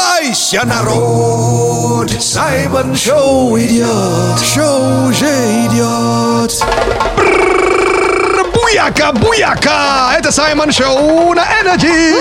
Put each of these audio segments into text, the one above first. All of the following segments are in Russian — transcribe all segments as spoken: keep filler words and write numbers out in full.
Просыпайся, народ! Саймон Шоу идет! Шоу уже идет! Буяка, буяка! Это Саймон Шоу на Energy!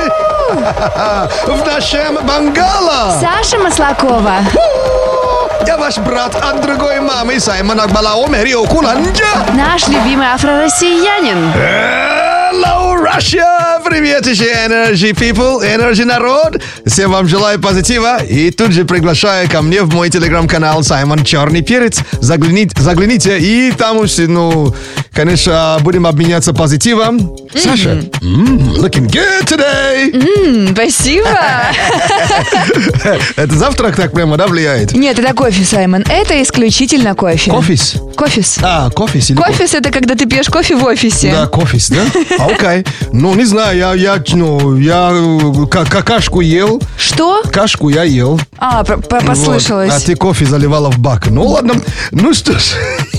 В нашем Бангала! Саша Маслакова. Я ваш брат от другой мамы Саймон Акбалао Мэрио Куланджа. Наш любимый афро-россиянин. Hello, Russia! Привет еще, Energy People, Energy народ! Всем вам желаю позитива и тут же приглашаю ко мне в мой телеграм-канал Саймон Черный Перец. Загляните, загляните и там уж, ну, конечно, будем обменяться позитивом. Mm-hmm. Саша, mm, looking good today! Mm, спасибо! Это завтрак так прямо, да, влияет? Нет, это кофе, Саймон. Это исключительно кофе. Кофис? Кофис. А, кофис или кофис это когда ты пьешь кофе в офисе. Да, кофис, да? Окей. Ну, не знаю, я, я, ну, я какашку ел. Что? Кашку я ел. А, послышалось. Вот. А ты кофе заливала в бак. Ну, ладно. Ну что ж.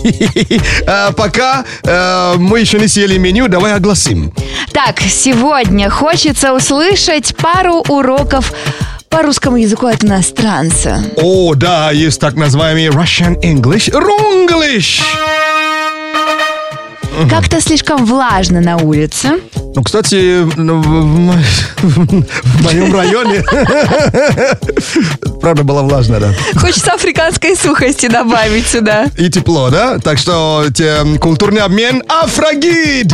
Пока мы еще не съели меню, давай огласим. Так, сегодня хочется услышать пару уроков по русскому языку от иностранца. О, да, есть так называемый Russian English, Runglish. Как-то слишком влажно на улице. Ну, кстати, в, в, в моем районе правда было влажно, да. Хочется африканской сухости добавить сюда. И тепло, да? Так что те, культурный обмен Афрогид.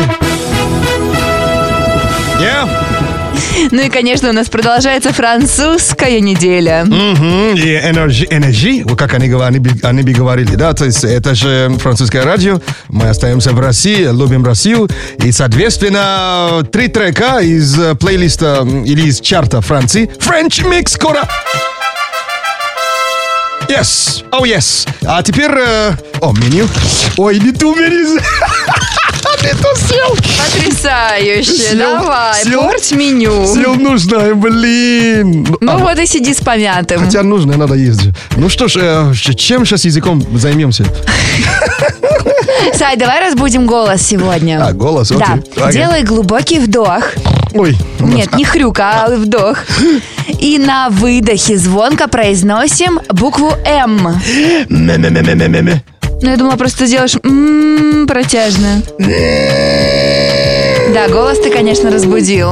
Yeah. Ну и, конечно, у нас продолжается французская неделя. Mm-hmm. И Energy, Energy, как они, они, они бы говорили, да, то есть это же французское радио, мы остаемся в России, любим Россию, и, соответственно, три трека из плейлиста или из чарта Франции. French Mix скоро! Yes, oh yes. А теперь, э, о, меню. Ой, не ту меню. Не то сел. Потрясающе. Сел, Давай, сел, порть меню. Сел нужно, блин. Ну а, вот и сиди с помятым. Хотя нужно, надо ездить. Ну что ж, э, чем сейчас языком займемся? Сай, давай разбудим голос сегодня. А, голос, окей. Да, окей. Делай глубокий вдох. Ой. Нет, не хрюк, а вдох. И на выдохе звонко произносим букву М. Ме-ме-ме-ме-ме-ме. Ну, я думала, просто сделаешь м-м, протяжно. Да, голос ты, конечно, разбудил.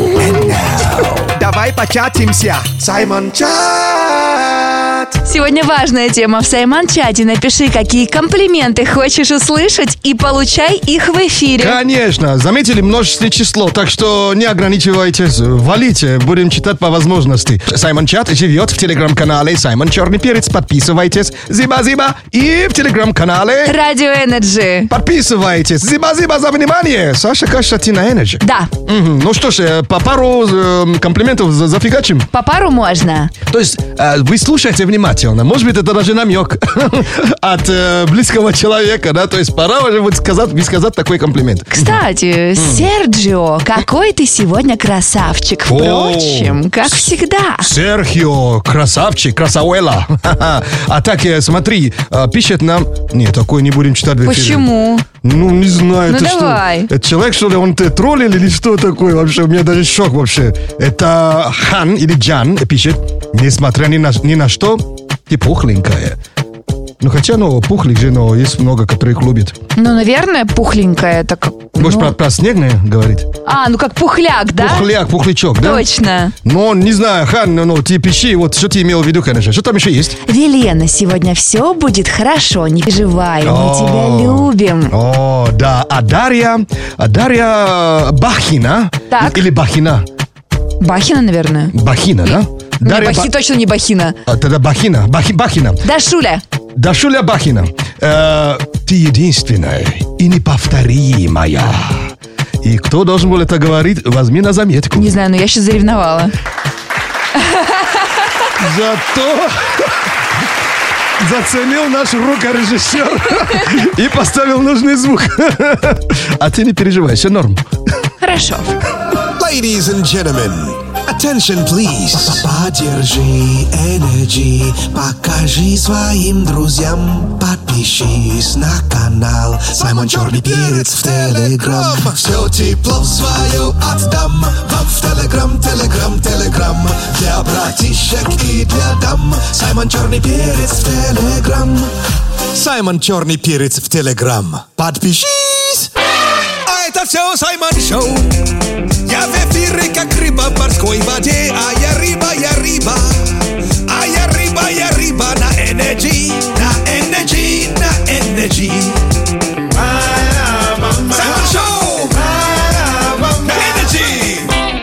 Давай початимся. Саймон Чат. Сегодня важная тема в Саймон-чате. Напиши, какие комплименты хочешь услышать, и получай их в эфире. Конечно, заметили множественное число, так что не ограничивайтесь, валите, будем читать по возможности. Саймон-чат живет в телеграм-канале Саймон Черный Перец, подписывайтесь, зиба-зиба, и в телеграм-канале Радио Energy. Подписывайтесь, зиба-зиба за внимание. Саша, кажется, ты на Energy. Да. Угу. Ну что ж, по пару э, комплиментов за- зафигачим. По пару можно. То есть э, вы слушаете внимательно. Может быть, это даже намек от э, близкого человека, да? То есть пора уже вот сказать, высказать такой комплимент. Кстати, Серджио, какой ты сегодня красавчик. Впрочем, как всегда. Серхио, красавчик, красавуэла. А так, э, смотри, э, пишет нам... Нет, такой не будем читать в эфире. Почему? Ну, не знаю. Ну, это давай. Что? Это человек, что ли, он te троллил или что такое вообще? У меня даже шок вообще. Это Хан или Джан пишет, несмотря ни на, ни на что, ты пухленькая. Ну, хотя, ну, пухлик же, но есть много, которых любят. Ну, наверное, пухленькая. Так, Может, ну... про, про снегное говорит? А, ну как пухляк, да? Пухляк, пухлячок, да? Точно. Но, не знаю, Хан, ну, ну, ты пиши, вот что ты имел в виду, конечно. Что там еще есть? Велена, сегодня все будет хорошо, не переживай, мы О. тебя любим. О, да. А Дарья, а Дарья Бахина. Так. Или Бахина? Бахина, наверное. Бахина, да? Не, Дарья Бахи, Ба- точно не Бахина. А, тогда Бахина. Бахи, Бахина. Да, Шуля. Дашуля Бахина. Э, ты единственная и неповторимая. И кто должен был это говорить, возьми на заметку. Не знаю, но я сейчас заревновала. Зато заценил наш рукорежиссер и поставил нужный звук. А ты не переживай, все норм. Хорошо. Ladies and gentlemen, attention please. Поддержи Energy, покажи своим друзьям, подпишись. Подпишись на канал Саймон Черный Перец в Телеграм. Все тепло свое отдам вам в Телеграм, Телеграм, Телеграм. Для братишек и для дам Саймон Черный Перец в Телеграм. Саймон Черный Перец в Телеграм. Подпишись! А это все Саймон Шоу. Я в эфире, как рыба в морской воде. А я рыба, я рыба. А я рыба, я рыба на Energy, на Energy, на Energy. Саймон Шоу на Energy.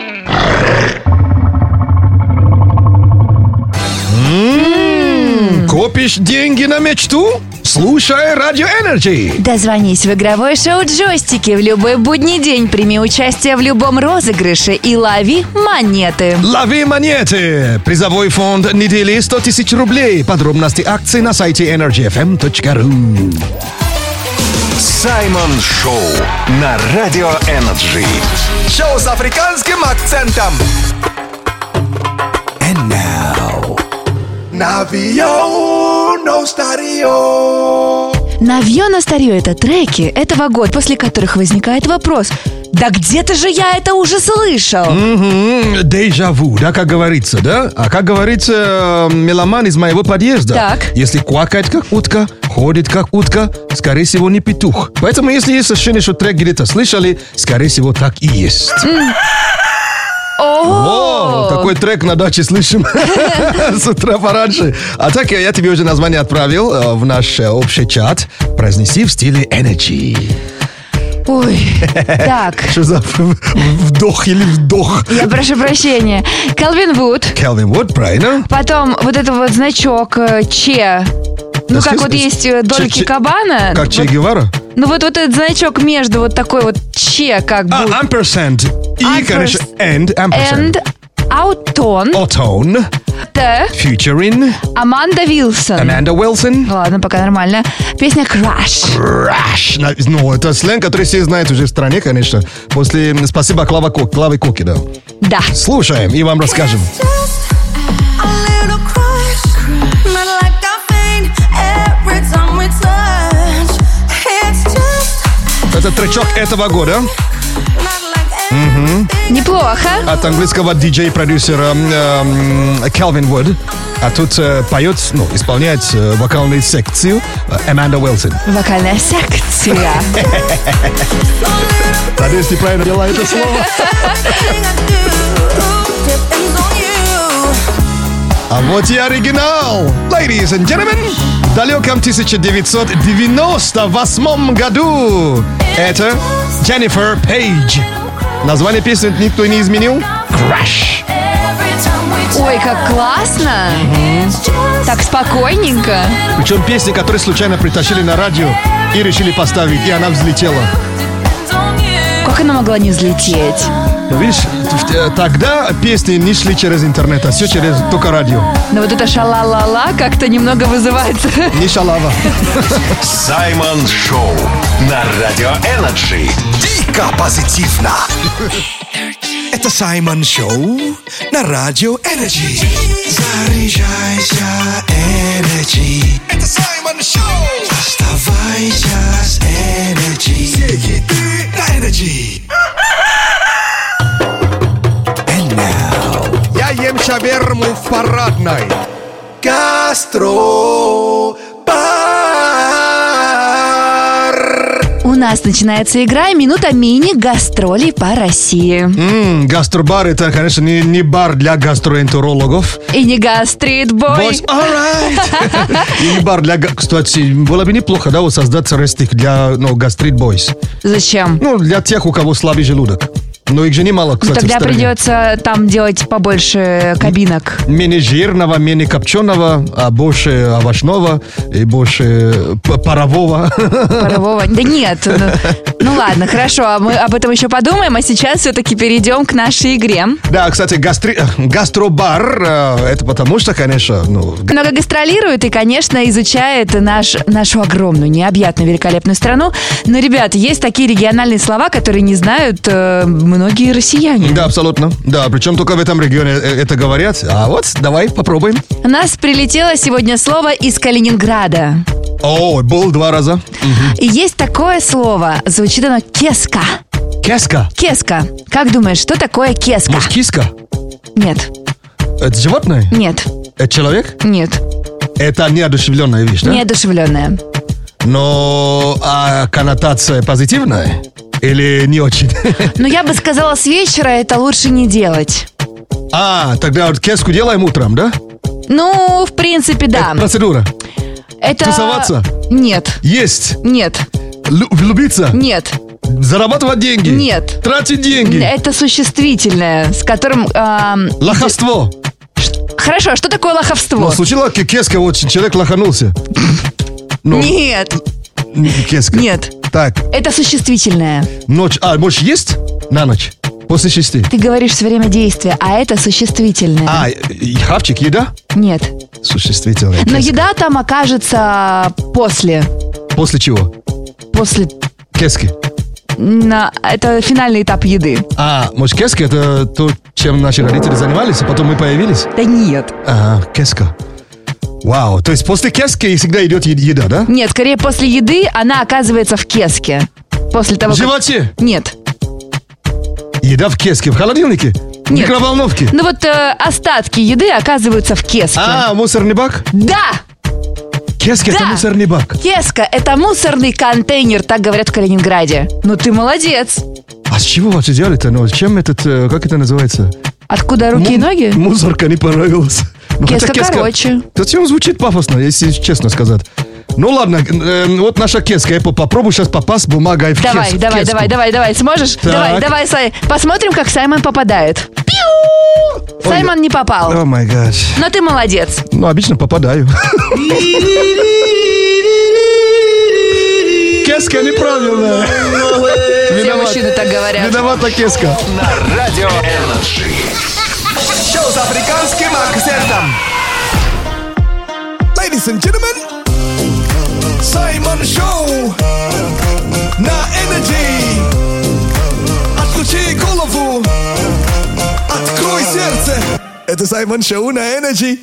М-м, копишь деньги на мечту? Слушай Радио Energy. Дозвонись в игровое шоу «Джойстики» в любой будний день. Прими участие в любом розыгрыше и лови монеты. Лови монеты. Призовой фонд недели сто тысяч рублей. Подробности акций на сайте энерджи эф эм точка ру. Саймон Шоу на Радио Energy. Шоу с африканским акцентом. And now, Навио Ностарио. Навье на старье — это треки этого года, после которых возникает вопрос: да где-то же я это уже слышал. Угу, дежаву, да, как говорится, да? А как говорится, меломан из моего подъезда. Так. Если квакает как утка, ходит как утка, скорее всего, не петух. Поэтому, если есть ощущение, что трек где-то слышали, скорее всего, так и есть. О, такой трек на даче слышим с утра пораньше. А так я тебе уже название отправил в наш общий чат. Произнеси в стиле Energy. Ой, так. Что за вдох или вдох? Я прошу прощения. Келвин Вуд. Келвин Вуд, правильно. Потом вот это вот значок э, Че. Ну, как вот есть э, дольки кабана. Как Че Гевара? Ну, вот, вот этот значок между вот такой вот Че, как бы. А, ampersand. И, конечно, and, ampersand. And Аутон. Отон. Т. Featuring Аманда Вилсон. Аманда Уилсон. Ладно, пока нормально. Песня Crash. Crash. Ну, это сленг, который все знают уже в стране, конечно. После «Спасибо, Клава Кок», Клавы Коки, да. Да. Слушаем и вам расскажем. Это тречок этого года. Угу. Неплохо. От английского диджей-продюсера Келвин Вуд. А тут э, поет, ну, исполняет э, вокальную секцию э, Аманда Уилсон. Вокальная секция. Надеюсь, ты правильно делала это слово. А вот и оригинал. Ladies and gentlemen, в далеком тысяча девятьсот девяносто восьмом году это Дженнифер Пейдж. Название песни никто не изменил. Crash. Ой, как классно. Mm-hmm. Так спокойненько. Причем песни, которые случайно притащили на радио и решили поставить, и она взлетела. Как она могла не взлететь? Видишь, тогда песни не шли через интернет, а все через только радио. Но вот это шалала-ла как-то немного вызывает. Не шалава. Саймон Шоу на Радио Energy. Дико позитивно. Это Саймон Шоу на Радио Energy. Заряжайся, Energy. Это Саймон Шоу. Оставайся с Energy. Все хиты на Energy. And now. Я ем шаверму в парадной. Гастро. У нас начинается игра «Минута мини-гастролей по России». М-м, гастробар — это, конечно, не, не бар для гастроэнтерологов. И не гастрит-бой. Boys, all right. И не бар для... Кстати, было бы неплохо, да, вот создать рестик для, ну, гастрит-бойс. Зачем? Ну, для тех, у кого слабый желудок. Но их же немало, кстати, Тогда в стране. придется там делать побольше кабинок. Менее жирного, менее копченого, а больше овощного и больше парового. Парового. Да нет. Ну, ну ладно, хорошо, мы об этом еще подумаем, а сейчас все-таки перейдем к нашей игре. Да, кстати, гастри... гастробар, это потому что, конечно... Ну... Много гастролирует и, конечно, изучает наш, нашу огромную, необъятную, великолепную страну. Но, ребят, есть такие региональные слова, которые не знают э, многие россияне. Да, абсолютно. Да, причем только в этом регионе это говорят. А вот, давай попробуем. У нас прилетело сегодня слово из Калининграда. О, был два раза. И есть такое слово, звучит оно кеска. Кеска. Кеска. Как думаешь, что такое кеска? Может, киска? Нет. Это животное? Нет. Это человек? Нет. Это неодушевленная вещь, да? Неодушевленная. Но а коннотация позитивная? Или не очень? Но я бы сказала, с вечера это лучше не делать. А, тогда вот кеску делаем утром, да? Ну, в принципе, да. Это процедура. Это... Тусоваться? Нет. Есть? Нет. Лю- влюбиться? Нет. Зарабатывать деньги? Нет. Тратить деньги? Это существительное, с которым... эм, Лоховство? Хорошо, а что такое лоховство? Ну, случилось, кеска, вот человек лоханулся. Ну, Нет. кеска. Нет. Так, Это существительное. ночь. А, может, есть на ночь? После шести? Ты говоришь все время действия, а это существительное. А, и хавчик, еда? Нет. Существительное. Но кеска. еда там окажется после. После чего? После. Кески. На, это финальный этап еды. А, может, кеска это то, чем наши родители занимались, а потом мы появились? Да нет. Ага, кеска. Вау, то есть после кески всегда идет е- еда, да? Нет, скорее после еды она оказывается в кеске. После того, В как... животе? Нет. Еда в кеске, в холодильнике? В Нет. микроволновке? Ну вот э, остатки еды оказываются в кеске. А, мусорный бак? Да! Кеска это Да. мусорный бак. Кеска – это мусорный контейнер, так говорят в Калининграде. Ну ты молодец. А с чего вообще делали-то? Ну, чем этот, э, как это называется? Откуда руки и Му- ноги? Мусорка не понравилась. Ну, Кеска хотя короче. Зачем звучит пафосно, если честно сказать? Ну ладно, э, вот наша кеска. Я по- попробую сейчас попасть бумагой в Давай, кес- в давай, кеску. давай, давай, давай. Сможешь? Так. Давай, давай, Сай. Посмотрим, как Саймон попадает. Пиу! Саймон не попал. О май гад. Но ты молодец. Ну, обычно попадаю. Кеска неправильная. Все мужчины так говорят. Виновата кеска. На Радио Энерджи. Шоу с африканским акцентом. Ladies and gentlemen, Саймон Шоу на Energy. Отключи голову, открой сердце. Это Саймон Шоу на Energy.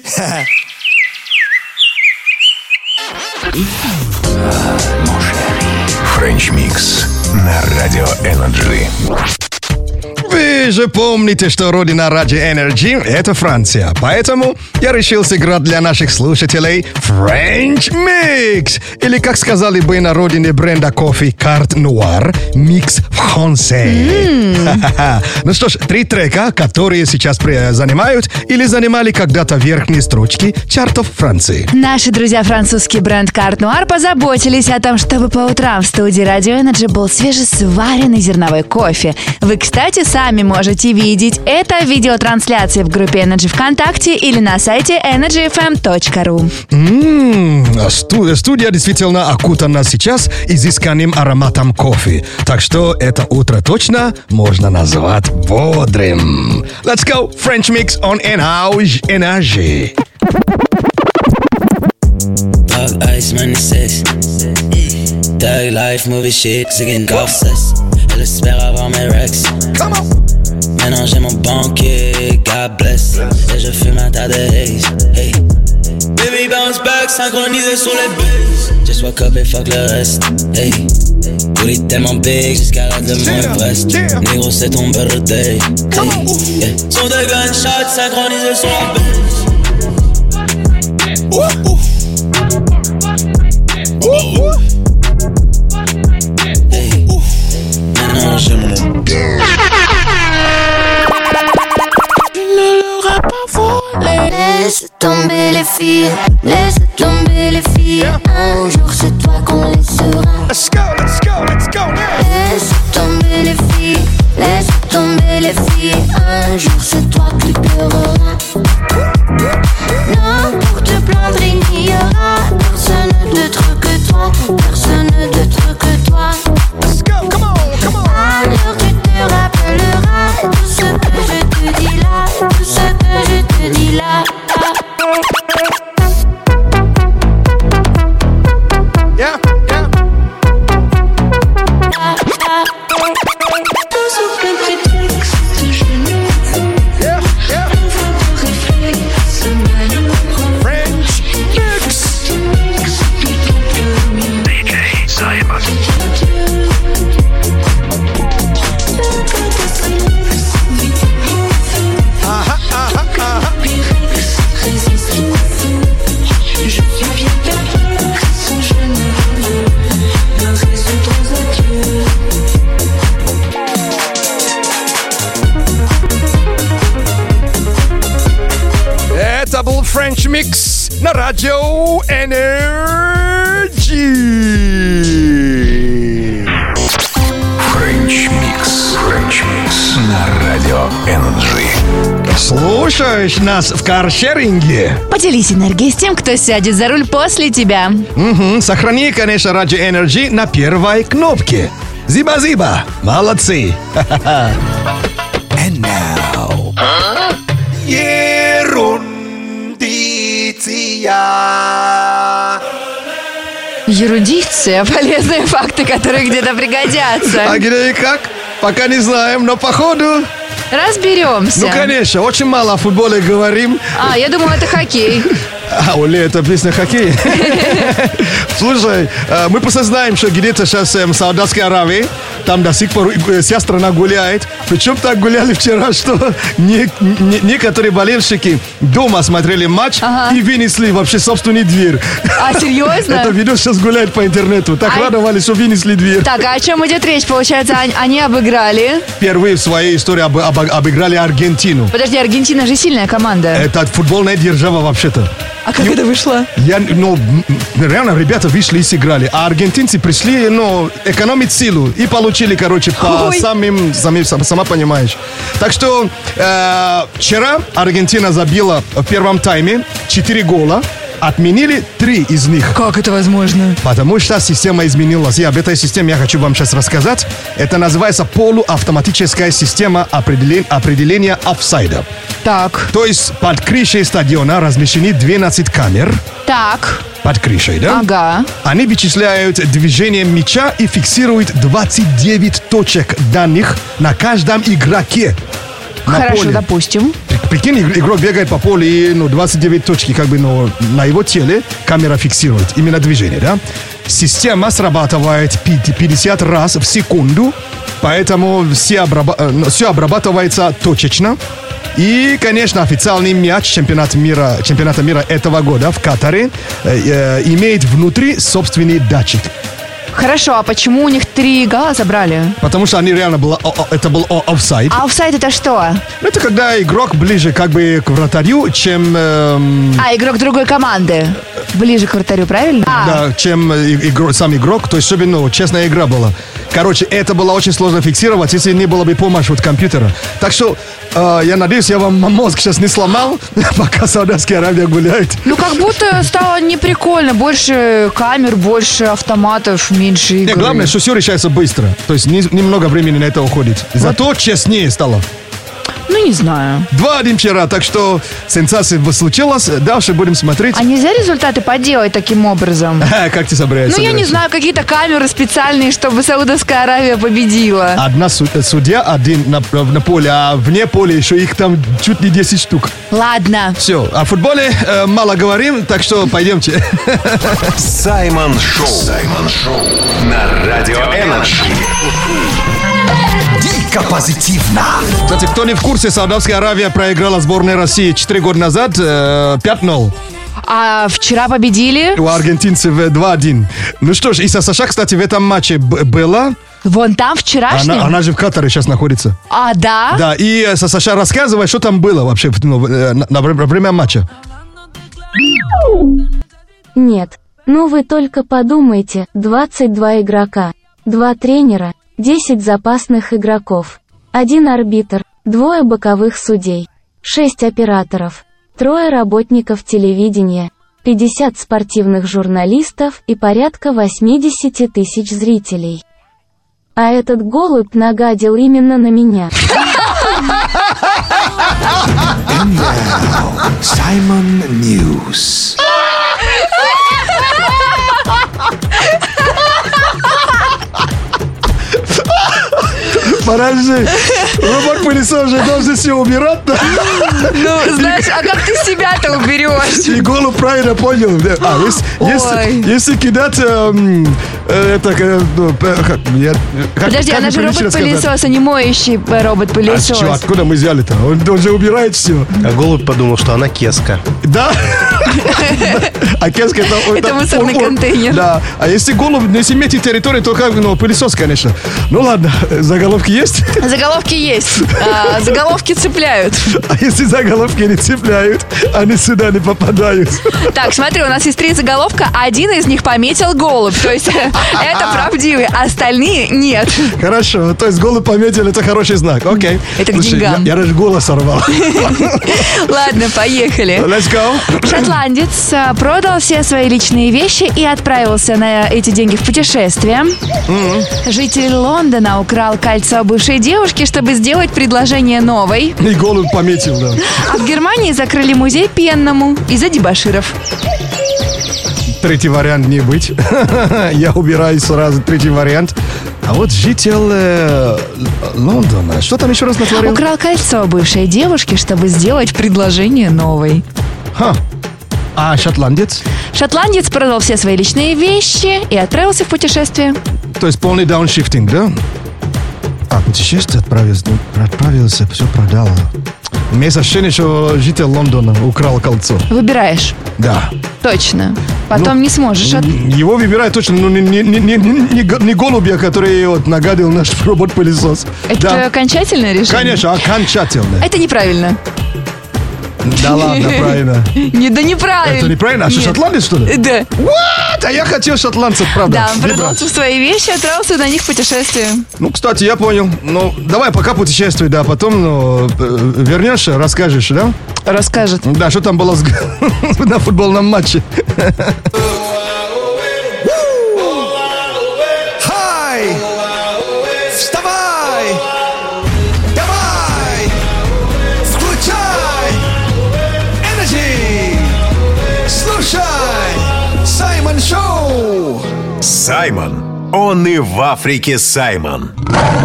Френч Микс на Радио Энерджи. Вы же помните, что родина Радио Energy — это Франция. Поэтому я решил сыграть для наших слушателей French Mix. Или, как сказали бы на родине бренда кофе Carte Noir, микс францей. Ну что ж, три трека, которые сейчас при- занимают или занимали когда-то верхние строчки чартов Франции. Наши друзья французский бренд Carte Noir позаботились о том, чтобы по утрам в студии Radio Energy был свежесваренный зерновой кофе. Вы, кстати, сами можете видеть это в видеотрансляции в группе Energy ВКонтакте или на сайте energy f m точка ru. М, а сту- Студия действительно окутана сейчас изысканным ароматом кофе. Так что это утро точно можно назвать бодрым. Let's go! French Mix on Energy. Energy. Dog ice, man, c'est Tag life, mauvais shit, c'est qu'une grossesse. Elle espère avoir mes rex. Maintenant j'ai mon banquier, God bless. Et je fume un tas de haze. Hey. Baby bounce back, synchronisé sur les bases. Just woke up et fuck le reste. Hey. Booty tellement big, jusqu'à la de mon Everest. Négro, c'est ton birthday. Hey. Yeah. Son de gunshots, synchronisé sur la base. Hey. Maintenant j'ai mon Laisse tomber les filles, laisse tomber les filles. Un jour c'est toi qu'on laissera. Let's go, let's go, let's go now. Laisse tomber les filles, laisse tomber les filles. Un jour c'est toi qui pleureras. Non, pour te plaindre il n'y aura personne d'autre que toi, personne d'autre que toi. Let's go, come on, come on. Alors tu te rappelleras tout ce que je te dis là, tout ce que je te dis là. Yeah, yeah. Микс на радио Energy. Френч Микс. Френч Микс на радио Energy. Слушаешь нас в каршеринге? Поделись энергией с тем, кто сядет за руль после тебя. Угу. Сохрани, конечно, радио Energy на первой кнопке. Зиба-зиба. Молодцы. And now. Ерундиция. Ерудиция, полезные факты, которые где-то пригодятся. А где и как? Пока не знаем, но походу... Разберемся. Ну, конечно, очень мало о футболе говорим. А, я думала, это хоккей. А, Оле, это песня хоккей. Слушай, мы просто знаем, что где-то сейчас в Саудовской Аравии, там до сих пор вся страна гуляет. Причем так гуляли вчера, что не, не, некоторые болельщики дома смотрели матч Ага. и вынесли вообще собственную дверь. А, серьезно? Это видео сейчас гуляет по интернету. Так Ай. радовались, что вынесли дверь. Так, а о чем идет речь? Получается, они, они обыграли. Впервые в своей истории об- об- обыграли Аргентину. Подожди, Аргентина же сильная команда. Это футбольная держава вообще-то. А как это вышло? Я, ну, м, реально, ребята вышли и сыграли. А аргентинцы пришли, ну, экономить силу. И получили, короче, по Ой. самым, самим, сам- сама понимаешь. Так что э, вчера Аргентина забила в первом тайме четыре гола. Отменили три из них. Как это возможно? Потому что система изменилась. И об этой системе я хочу вам сейчас рассказать. Это называется полуавтоматическая система определен- определения офсайда. Так, То есть под крышей стадиона размещены двенадцать камер. так, Под крышей, да? ага. Они вычисляют движение мяча и фиксируют двадцать девять точек данных на каждом игроке. На Хорошо, поле. допустим. Прикинь, иг- игрок бегает по полю и ну, двадцать девять точки как бы ну, на его теле камера фиксирует именно движение, да? Система срабатывает пи- пятьдесят раз в секунду, поэтому все, обраба- э, ну, все обрабатывается точечно. И, конечно, официальный мяч чемпионата мира, чемпионата мира этого года в Катаре э, э, имеет внутри собственный датчик. Хорошо, а почему у них три гола забрали? Потому что они реально было, о- о- это был о- офсайд. А офсайд это что? Это когда игрок ближе как бы к вратарю, чем... эм, А, игрок другой команды. Ближе к вратарю, правильно? А, Да, чем э, игро- сам игрок, то есть, чтобы, ну, честная игра была. Короче, это было очень сложно фиксировать, если не было бы помощи от компьютера. Так что, э, я надеюсь, я вам мозг сейчас не сломал, пока Саудовская Аравия гуляет. ну как будто стало неприкольно. Больше камер, больше автоматов, меньше Не, игры. главное, что все решается быстро. То есть, не- немного времени на это уходит. Зато честнее стало. Ну, не знаю. два-один вчера, так что сенсация случилась. Дальше будем смотреть. А нельзя результаты поделать таким образом? Как ты собираешься? Ну, я не собираешься? знаю, какие-то камеры специальные, чтобы Саудовская Аравия победила. Одна су- судья, один на, на поле, а вне поля еще их там чуть не десять штук. Ладно. Все, о футболе э, мало говорим, так что пойдемте. Саймон Шоу. Саймон Шоу на радио Energy. Дико позитивно. Кстати, кто не в курсе, Саудовская Аравия проиграла сборной России четыре года назад э, пять ноль. А вчера победили? У аргентинцев э, два-один. Ну что ж, и США, кстати, в этом матче б- была. Вон там вчерашний? Она, она же в Катаре сейчас находится. А, да? Да, и э, США рассказывай, что там было вообще ну, э, на, на вре- время матча. Нет. Ну вы только подумайте, двадцать два игрока, два тренера, десять запасных игроков, один арбитр, двое боковых судей, шесть операторов, трое работников телевидения, пятьдесят спортивных журналистов и порядка восемьдесят тысяч зрителей. А этот голубь нагадил именно на меня. And now, Simon News. Подожди, робот-пылесос же должен все убирать, да? Ну, знаешь, а как ты себя-то уберешь? И голубь правильно понял. Да. А, если, Ой. если, если кидать... эм, э, это, э, ну, э, как, я- как- Подожди, как она же прилично сказать? робот-пылесос, а не моющий э, А робот-пылесос. чё, откуда мы взяли-то? Он, он же убирает все. А голубь подумал, что она кеска. Да? А кеска это... Это мусорный он- он- контейнер. Да. А если голубь, ну, если метит территорию, то как, ну, пылесос, конечно. Ну ладно, заголовки есть? Заголовки есть. А, заголовки цепляют. А если заголовки не цепляют, они сюда не попадают. Так, смотри, у нас есть три заголовка. Один из них пометил голубь. То есть это правдивый, а остальные нет. Хорошо, то есть голубь пометил, это хороший знак. Окей. Это к Слушай, деньгам. Я, я даже голос сорвал. Ладно, поехали. Let's go. Шотландец а, продал все свои личные вещи и отправился на эти деньги в путешествие. Mm-hmm. Житель Лондона украл кольцо бывшей девушки, чтобы сделать предложение новой. И голубь пометил, да. А в Германии закрыли музей пенному из-за дебоширов. Третий вариант не быть. Я убираю сразу третий вариант. А вот житель э, Лондона, что там еще раз натворил? Украл кольцо бывшей девушки, чтобы сделать предложение новой. Ха. А шотландец? Шотландец продал все свои личные вещи и отправился в путешествие. То есть полный дауншифтинг, да? А, путешествие отправился, отправился, все продал. У меня есть ощущение, что житель Лондона украл кольцо. Выбираешь? Да. Точно. Потом ну, не сможешь. От... Его выбирать точно, но не, не, не, не, не, не голубя, который вот нагадил наш робот-пылесос. Это да. окончательное решение? Конечно, окончательное. Это неправильно. Да ладно, правильно. Не, да неправильно. Это неправильно? А что, шотландец, что ли? Да. What? А я хотел шотландцев, правда. Да, он продал свои вещи, отправился на них в путешествие. Ну, кстати, я понял. Ну, давай пока путешествуй, да, потом ну, вернешься, расскажешь, да? Расскажет. Да, что там было с... на футбольном матче. Хай! Вставай! Давай! Включай! Energy! Слушай! Саймон Шоу! Саймон. Он и в Африке Саймон.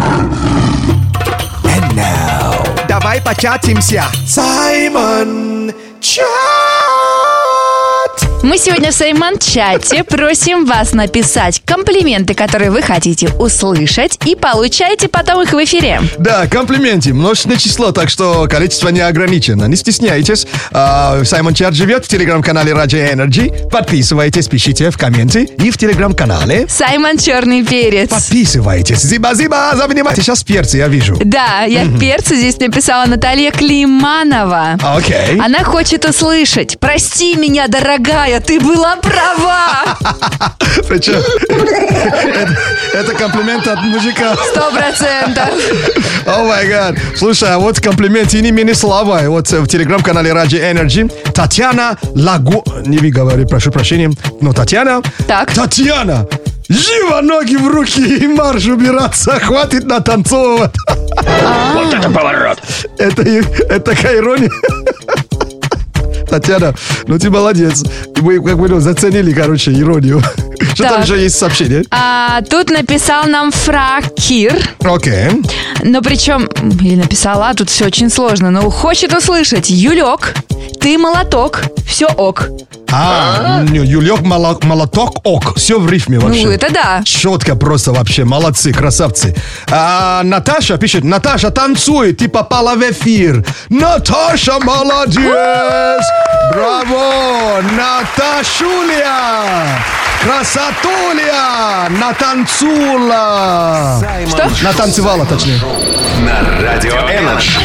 And now, давай початимся. Саймон Чат! Мы сегодня в Саймон-чате просим вас написать комплименты, которые вы хотите услышать, и получайте потом их в эфире. Да, комплименты, множественное число, так что количество не ограничено. Не стесняйтесь. А, Саймон Чат живет в телеграм-канале Radio Energy. Подписывайтесь, пишите в комменты и в телеграм-канале. Саймон Черный Перец. Подписывайтесь. Зиба-зиба, за внимание. Сейчас перцы, я вижу. Да, я mm-hmm. перцы здесь написала Наталья Климанова. Окей. Okay. Она хочет услышать: прости меня, дорогая, ты была права. Причем это комплимент от мужика. Сто процентов. О май гад. Слушай, а вот комплимент имени слава. Вот в телеграм-канале Radio Energy Татьяна Лагу... Не говори, прошу прощения. Но Татьяна... Так. Татьяна! Живо ноги в руки и марш убираться. Хватит натанцовывать. Вот это поворот. Это, это такая ирония. Татьяна, ну ты молодец. Мы как бы ну, заценили, короче, иронию. Что так. там еще есть сообщение? А, тут написал нам Фракир. Окей. Okay. Но причем, или написала, тут все очень сложно. Но хочет услышать: Юлек, ты молоток, все ок. А, Юлек, молоток, ок. Все в рифме вообще. Ну, это да. Четко просто вообще. Молодцы, красавцы. А, Наташа пишет: Наташа, танцуй, ты попала в эфир. Наташа, молодец. Браво, Наташуля. Красотуля. Натанцула. Что? Натанцевала, точнее. На Радио Энерджи.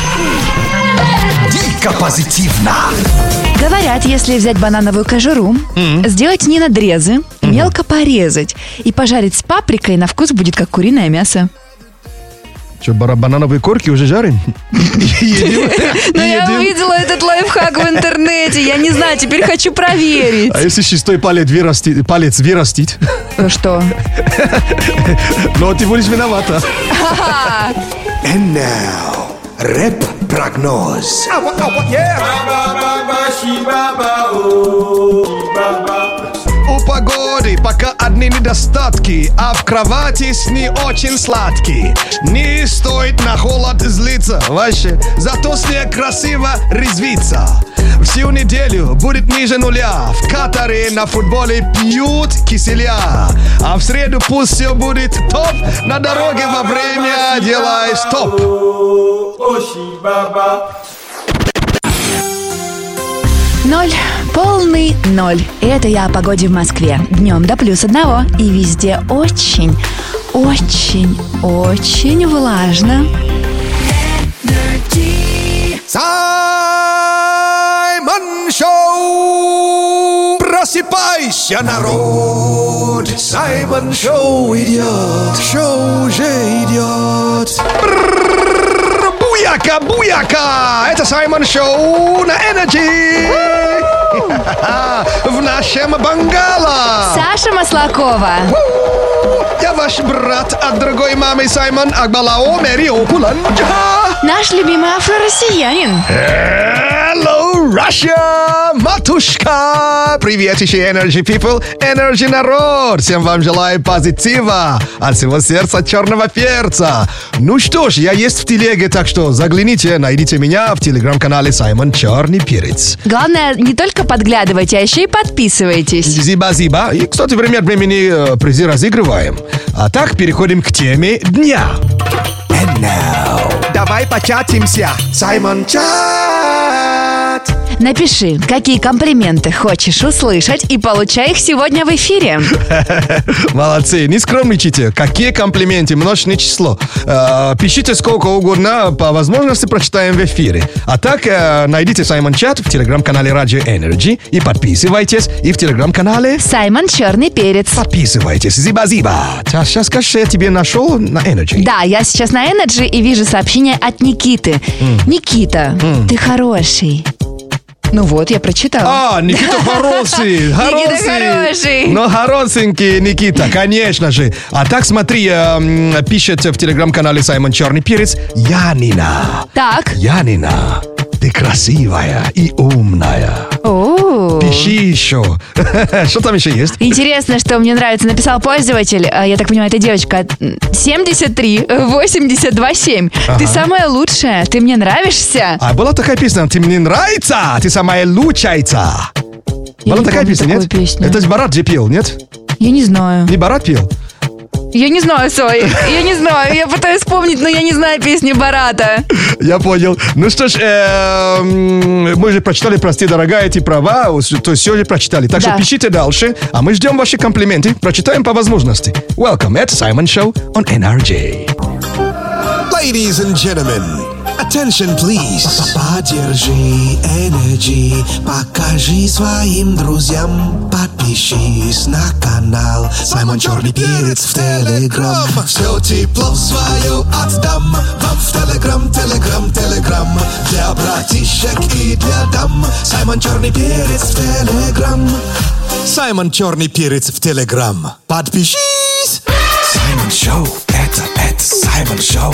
Дико позитивно. Говорят, если взять банановую кожуру, mm-hmm. сделать не надрезы, mm-hmm. мелко порезать и пожарить с паприкой, на вкус будет как куриное мясо. Что, банановые корки уже жарим? Ну, я увидела этот лайфхак в интернете. Я не знаю, теперь хочу проверить. А если шестой палец вырастить? Палец вырастить? Ну что? Ну, ты будешь виновата. And now, рэп-прогноз. У погоды пока одни недостатки, а в кровати сны очень сладкие. Не стоит на холод злиться, вообще. Зато снег красиво резвится. Всю неделю будет ниже нуля. В Катаре на футболе пьют киселя. А в среду пусть все будет топ. На дороге во время делай стоп. Ноль. Полный ноль. Это я о погоде в Москве. Днем до плюс одного. И везде очень, очень, очень влажно. Саймон Шоу! Просыпайся, народ! Саймон Шоу идет! Шоу уже идет! Буяка, буяка! Это Саймон Шоу на Energy! В нашем бангало! Саша Маслакова. Я ваш брат от другой мамы Саймон Акбалао Мэрио Куланджа. Наш любимый афро-россиянин. Hello, Russia, матушка! Привет еще, Energy People, Energy народ! Всем вам желаю позитива от всего сердца черного перца. Ну что ж, я есть в телеге, так что загляните, найдите меня в телеграм-канале Саймон Черный Перец. Главное, не только подглядывайте, а еще и подписывайтесь. Зиба-зиба. И, кстати, время от времени э, призы разыгрываем. А так, переходим к теме дня. And now, давай початимся. Саймон Чат. Напиши, какие комплименты хочешь услышать, и получай их сегодня в эфире. Молодцы, не скромничайте. Какие комплименты, множественное число. Э, пишите сколько угодно, по возможности прочитаем в эфире. А так, э, найдите Саймон Чат в телеграм-канале Radio Energy и подписывайтесь. И в телеграм-канале Саймон Черный Перец. подписывайтесь. Зиба-зиба. Сейчас скажешь, я тебе нашел на Energy. Да, я сейчас на Energy и вижу сообщение от Никиты. Mm. Никита, Mm. ты хороший. Ну вот, я прочитала. А, Никита хороший, Никита хороший. Ну, хорошенький Никита, конечно же. А так, смотри, э, пишет в телеграм-канале Саймон Черный Перец Янина. Так. Янина, ты красивая и умная. О. Пиши еще. Что там еще есть? Интересно, что мне нравится. Написал пользователь, а, я так понимаю, это девочка, семьдесят три восемьдесят два семь. Ага. Ты самая лучшая, ты мне нравишься. А была такая песня, ты мне нравится, ты самая лучшая. Я Была не такая помню песня, такую нет? песню. Это же Барат же пел, нет? Я не знаю. Не Барат пел? Я не знаю, Сой. Я не знаю. Я пытаюсь вспомнить, но я не знаю песни Барата. Я понял. Ну что ж, э, мы же прочитали, прости, дорогая, эти права, то есть все же прочитали. Так Да. что пишите дальше, а мы ждем ваши комплименты, прочитаем по возможности. Welcome, это Саймон Шоу on эн ар джи. Ladies and gentlemen, attention please. Поддержи Energy, покажи своим друзьям, подпишись на канал Саймон Черный Перец в Телеграм. Все тепло свое отдам вам в Телеграм, Телеграм, Телеграм. Для братишек и для дам Саймон Черный Перец в Телеграм. Саймон Черный Перец в Телеграм. Подпишись! Саймон Шоу, это, это Саймон Шоу.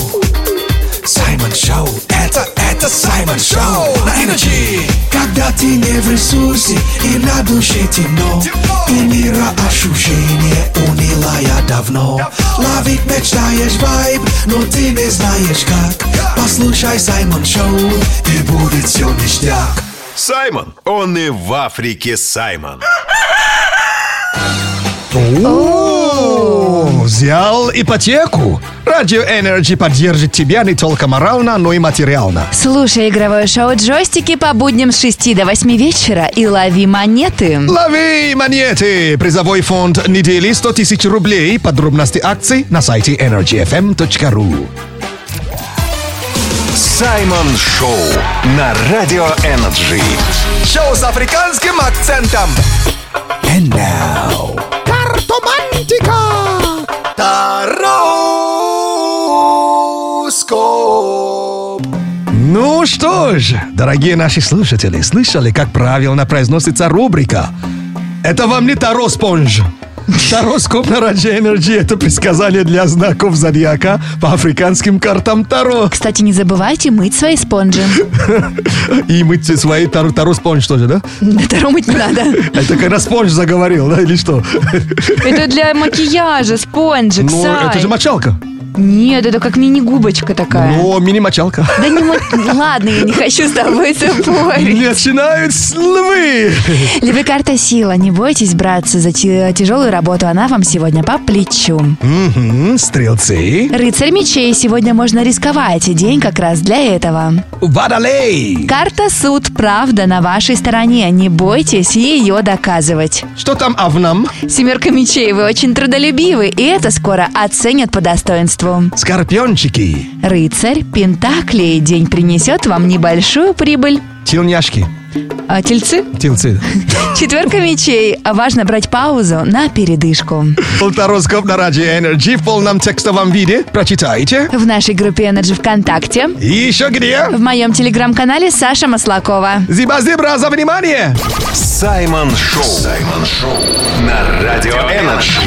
Саймон Шоу, это, это Саймон Шоу на Energy. Когда ты не в ресурсе и на душе темно, и мира ощущение унылая давно. Ловить мечтаешь вайб, но ты не знаешь как. Послушай Саймон Шоу, и будет все ништяк. Саймон, он и в Африке Саймон. О, взял ипотеку. Радио Energy поддержит тебя не только морально, но и материально. Слушай игровое шоу «Джойстики» по будням с шести до восьми вечера и лови монеты. Лови монеты! Призовой фонд недели сто тысяч рублей. Подробности акций на сайте энерджи эф эм точка ру. Саймон Шоу на Радио Energy. Шоу с африканским акцентом. And now, Картомантика! Тароскоп! Ну что ж, дорогие наши слушатели, слышали, как правильно произносится рубрика? Это вам не Таро Спонж. Тароскоп на Радио Energy — это предсказание для знаков зодиака по африканским картам Таро. Кстати, не забывайте мыть свои спонжи. И мыть свои Таро, таро Спонж тоже, да? Таро мыть не надо. Это когда Спонж заговорил, да, или что? Это для макияжа спонжик, Ну, Сай. это же мочалка. Нет, это как мини-губочка такая. Ну, мини-мочалка. Да не мо- ладно, я не хочу с тобой спорить. Начинают с львы. Львы карта сила. Не бойтесь браться за ти- тяжелую работу. Она вам сегодня по плечу. Мгм, стрелцы. Рыцарь мечей. Сегодня можно рисковать. День как раз для этого. Водолей. Карта суд. Правда на вашей стороне. Не бойтесь ее доказывать. Что там Авнам? Семерка мечей. Вы очень трудолюбивы. И это скоро оценят по достоинству. жертву. Скорпиончики. Рыцарь Пентаклей. День принесет вам небольшую прибыль. Тельняшки. А, тельцы? Тельцы. Четверка мечей. Важно брать паузу на передышку. Гороскоп на Радио Energy в полном текстовом виде. Прочитайте. В нашей группе Energy ВКонтакте. И еще где? В моем телеграм-канале Саша Маслакова. Зиба-зибра за внимание! Саймон Шоу. Саймон Шоу на Радио Energy.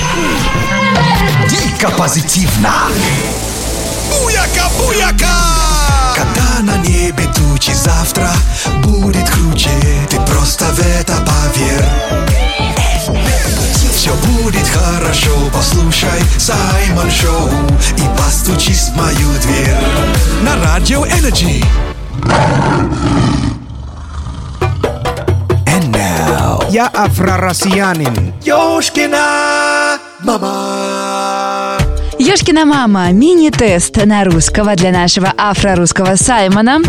Дико позитивно. Буяка, буяка! Когда на небе тучи, завтра будет круче. Ты просто в это поверь. Все будет хорошо, послушай Саймон Шоу и постучись в мою дверь. На Радио Energy. And now. Я афро-россиянин. Ёшкина мама. Ёшкина мама. Мини-тест на русского для нашего афро-русского Саймона.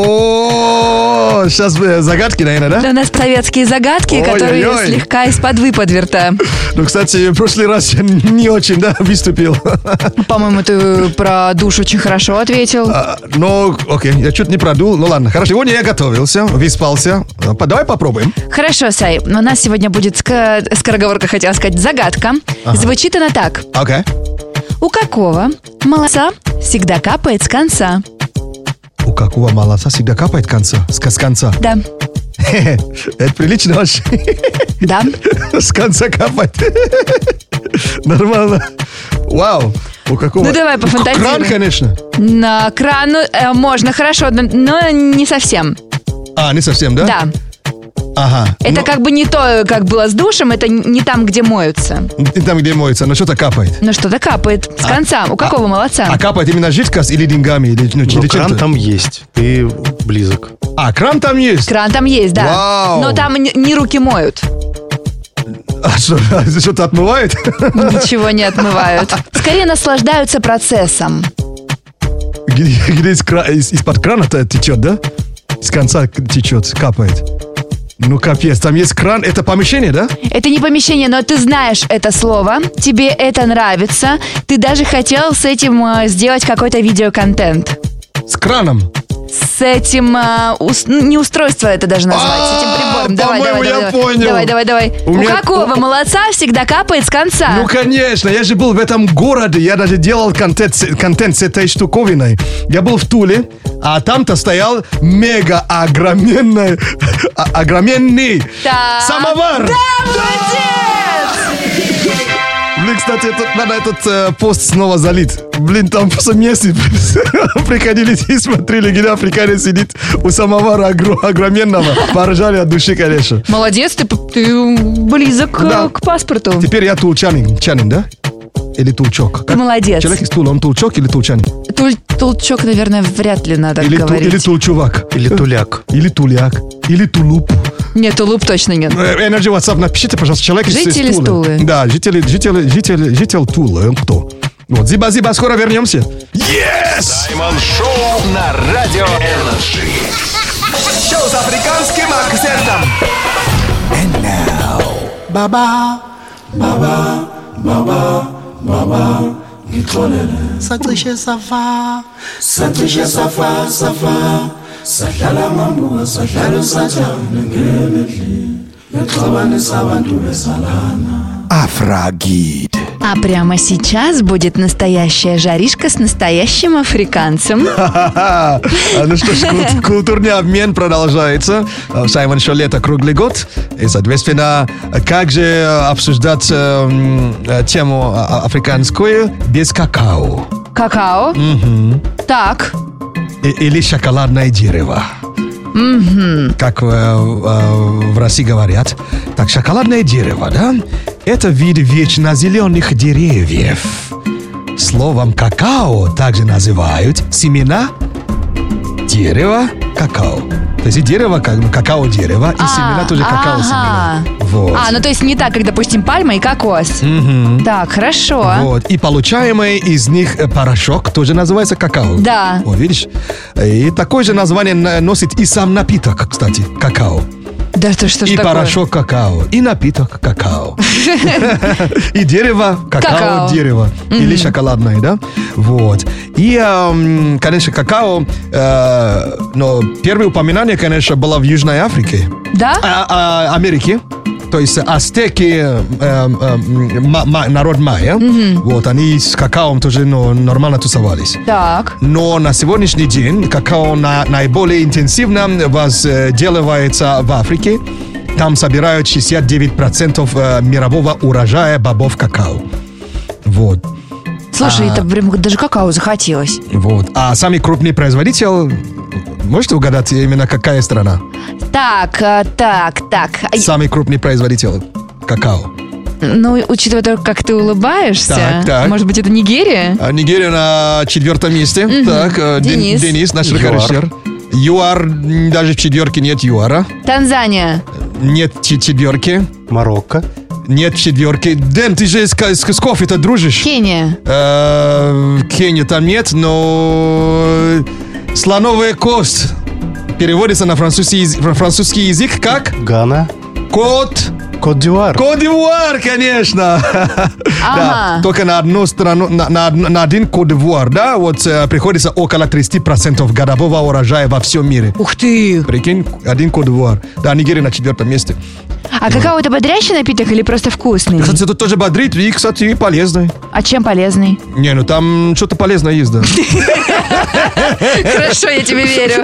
О, сейчас загадки, наверное, да? Да, у нас советские загадки, Ой-ой-ой. которые слегка из-под выпадверта. Ну, кстати, в прошлый раз я не очень, да, выступил. По-моему, ты про душ очень хорошо ответил. А, ну, окей, я чуть не продул. Ну ладно, хорошо. Сегодня я готовился, выспался. А, Давай попробуем. Хорошо, Сай. У нас сегодня будет ска- скороговорка, хотела сказать, загадка. Ага. Звучит она так. Окей. У какого молодца всегда капает с конца? У какого молодца всегда капает конца? С, с конца? Да. Это прилично вообще. Да. С конца капает. Нормально. Вау. У какого? Ну, давай пофантазируй. Кран, конечно. На кран ну, э, можно, хорошо, но, но не совсем. А, не совсем, да? Да. Ага. Это Ну, как бы не то, как было с душем, это не там, где моются. и там, где моется, но что-то капает. Но что-то капает с конца. У какого молодца? А капает именно жидкость или деньгами? Или, ну, Но или кран чем-то? там есть. Ты близок. А, кран там есть? Кран там есть, да. Вау. Но там не, не руки моют. А что, что-то отмывает? Ничего не отмывают. Скорее наслаждаются процессом. Где, где из кра- из- из-под крана-то течет, да? С конца течет, капает. Ну, капец, там есть кран, это помещение, да? Это не помещение, но ты знаешь это слово, тебе это нравится, ты даже хотел с этим э, сделать какой-то видеоконтент. С краном. С этим, э, ус- ну, не устройство это даже назвать, с этим прибором. Давай, по-моему, давай, я давай, понял. давай, давай, давай. У У, меня- какого у- молодца всегда капает с конца? Ну, конечно, я же был в этом городе, я даже делал контент, с- контент с этой штуковиной. Я был в Туле, а там-то стоял мега огроменный, а- огроменный Так. самовар. Да, молодец! Блин, кстати, этот, надо этот э, пост снова залить. Блин, там просто месяц приходили и смотрели, где африканец сидит у самовара огро- огроменного. Поржали от души, конечно. Молодец, ты, ты близок э, Да. к паспорту. Теперь я тулчанин, чанин, да? Или тулчок? Ты молодец. Человек из Тула, он тулчок или тулчанин? Туль, тулчок, наверное, вряд ли надо Или, ту, говорить. или тулчувак? Или туляк. Или туляк? Или тулуп? Нет, тулуп точно нет. Э, Energy WhatsApp, напишите, пожалуйста, человек из- Житель из из Тулы. Тулы. Да, житель, житель, житель, житель Тулы, он кто? Вот, зиба-зиба, скоро вернемся. Yes! Саймон Шоу на Радио Energy. Шоу с африканским акцентом. And now. Баба, баба, баба, баба. Sacishe safa, sacishe safa, safa. Sahlala mambuka, sahlala sajabule ngeledli. Yaxabanisa abantu besalana. Афрагид. А прямо сейчас будет настоящая жаришка с настоящим африканцем. А, ну что ж, кул- культурный обмен продолжается. Саймон Шоу лето круглый год. И, соответственно, как же обсуждать э, м, э, тему а- африканскую без какао? Какао. Так. И- или шоколадное дерево. Как э, э, в России говорят. Так, шоколадное дерево, да? Это вид вечно зеленых деревьев. Словом какао также называют семена дерева какао. То есть и дерево, как, ну, какао дерево, и семена тоже какао ага. семена. Вот. А, ну то есть не так, как, допустим, пальма и кокос. Так, хорошо. Вот. И получаемый из них э, порошок тоже называется какао. Да. Вот, видишь? И такое же название на- носит и сам напиток, кстати, какао. Да что, что ж И такое? порошок какао, и напиток какао. И дерево, какао, Какао. дерево. Или шоколадное, да? Вот. И, эм, конечно, какао, э, но первое упоминание, конечно, было в Южной Африке. Да? А, а, Америке. То есть ацтеки, э, э, ма- ма- народ майя, вот, они с какао тоже ну, нормально тусовались. Так. Но на сегодняшний день какао на, наиболее интенсивно возделывается в Африке. Там собирают шестьдесят девять процентов э, мирового урожая бобов какао. Вот. Слушай, А. это прям даже какао захотелось. Вот. А самый крупный производитель, можете угадать именно какая страна? Так, а, так, так. А, Самый крупный производитель какао. Ну, учитывая то, как ты улыбаешься, Так, так. может быть, это Нигерия? А Нигерия на четвертом месте. Так, э, Ден- Денис. Денис, наш ЮАР. рекордер. ЮАР, м, даже в четверке нет ЮАРа. Танзания. Нет ч- четверки. Марокко. Нет четверки. Дэн, ты же с, ка- с, с кофе-то дружишь? Кения. Э, Кении там нет, но слоновая кость переводится на французский, язык- французский язык как Гана. кот. Кот-д'Ивуар. Кот-д'Ивуар, конечно. Да, только на одну страну, на, на, од- на один Кот-д'Ивуар, да, вот э, приходится около тридцать процентов годового урожая во всем мире. Ух ты! Прикинь, один Кот-д'Ивуар. Да, Нигерия на четвертом месте. А какао это бодрящий напиток или просто вкусный? Кстати, это тоже бодрит и, кстати, и полезный. А чем полезный? Не, ну там что-то полезное есть, да. Хорошо, я тебе верю.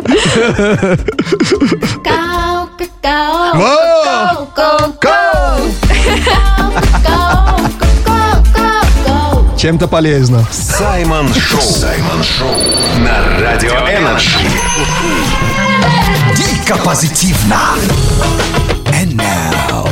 Какао, какао, Во! какао, Ка- какао, какао, какао. Чем-то полезно. Саймон Шоу. Саймон Шоу. На Радио Энерджи. Дико позитивно. And now.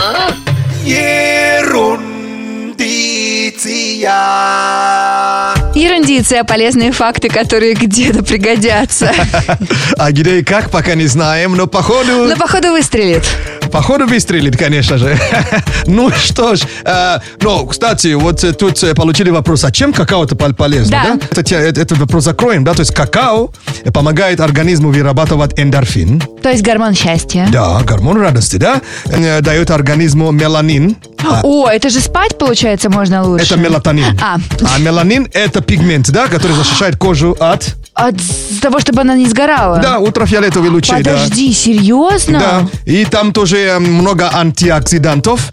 Ерундиция. Ерундиция, полезные факты, которые где-то пригодятся. А где и как, пока не знаем, но походу... Но походу выстрелит. Походу выстрелит, конечно же. Ну что ж, э, ну, кстати, вот э, тут э, получили вопрос, а чем какао-то пол- полезно, Да. да? Это, те- э, этот вопрос закроем, да? То есть какао помогает организму вырабатывать эндорфин, То есть гормон счастья. да, гормон радости, да? Э, дает организму меланин. А, О, это же спать, получается, можно лучше. это мелатонин. А. А меланин это пигмент, да, который защищает кожу от, От того, чтобы она не сгорала? да, ультрафиолетовых лучей, да. Подожди, серьезно? Да, и там тоже э, много антиоксидантов.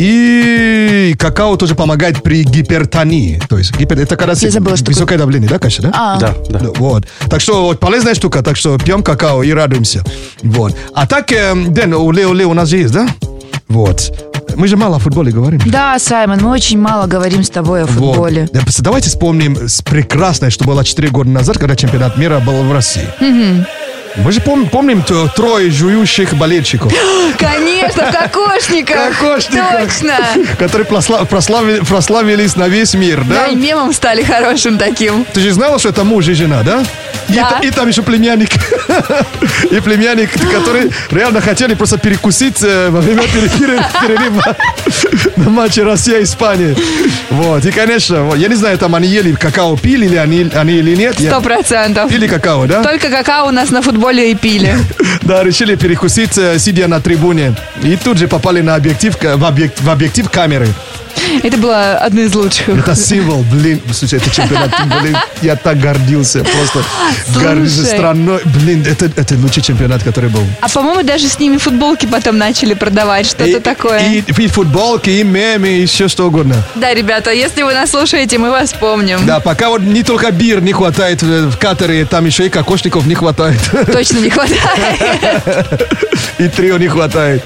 И какао тоже помогает при гипертонии. То есть гипер... это когда Я забыла, что высокое давление, да, конечно, да? А. Да, да. Да, вот. Так что вот, полезная штука, так что пьем какао и радуемся. Вот. А так, э, Дэн, уле, уле у нас же есть, да? Вот. Мы же мало о футболе говорим. Да, Саймон, мы очень мало говорим с тобой о футболе. Вот. Да, просто давайте вспомним с прекрасное, что было четыре года назад, когда чемпионат мира был в России. Мы же пом- помним то- трое жующих болельщиков, Конечно, в кокошниках. Кокошниках. Точно. которые просла- прослави- прославились на весь мир, Да, да? и мемом стали хорошим таким. Ты же знала, что это муж и жена, да? И, Да. та- и там еще племянник. И племянник, который реально хотели просто перекусить э, во время пере- пере- перерыва на матче Россия-Испания. Вот. И, конечно, вот, я не знаю, там они ели какао, пили ли они, они или нет. Я- Сто процентов. Пили какао, да? Только какао у нас на футболе и пили. Да, решили перекусить, э, сидя на трибуне. И тут же попали на объектив, к- в, объект- в объектив камеры. Это было одно из лучших. Это символ, блин, слушай, это чемпионат, блин, я так гордился, просто гордился Слушай. страной, блин, это, это лучший чемпионат, который был. А по-моему, даже с ними футболки потом начали продавать, что-то И- такое. И, и футболки, и мемы, и все что угодно. Да, ребята, если вы нас слушаете, мы вас помним. Да, пока вот не только бир не хватает э, в Катаре, там еще и кокошников не хватает. Точно не хватает. И трио не хватает.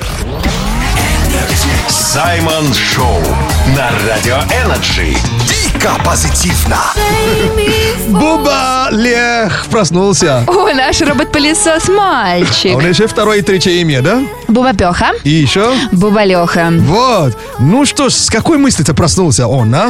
Саймон Шоу. На Радио Энерджи. Дико позитивно. Буба Лех проснулся. Ой, наш робот-пылесос А мальчик. он еще второе и третье имя, да? Бубапеха. И еще? Бубалеха. Вот. Ну что ж, с какой мысли-то проснулся он, а?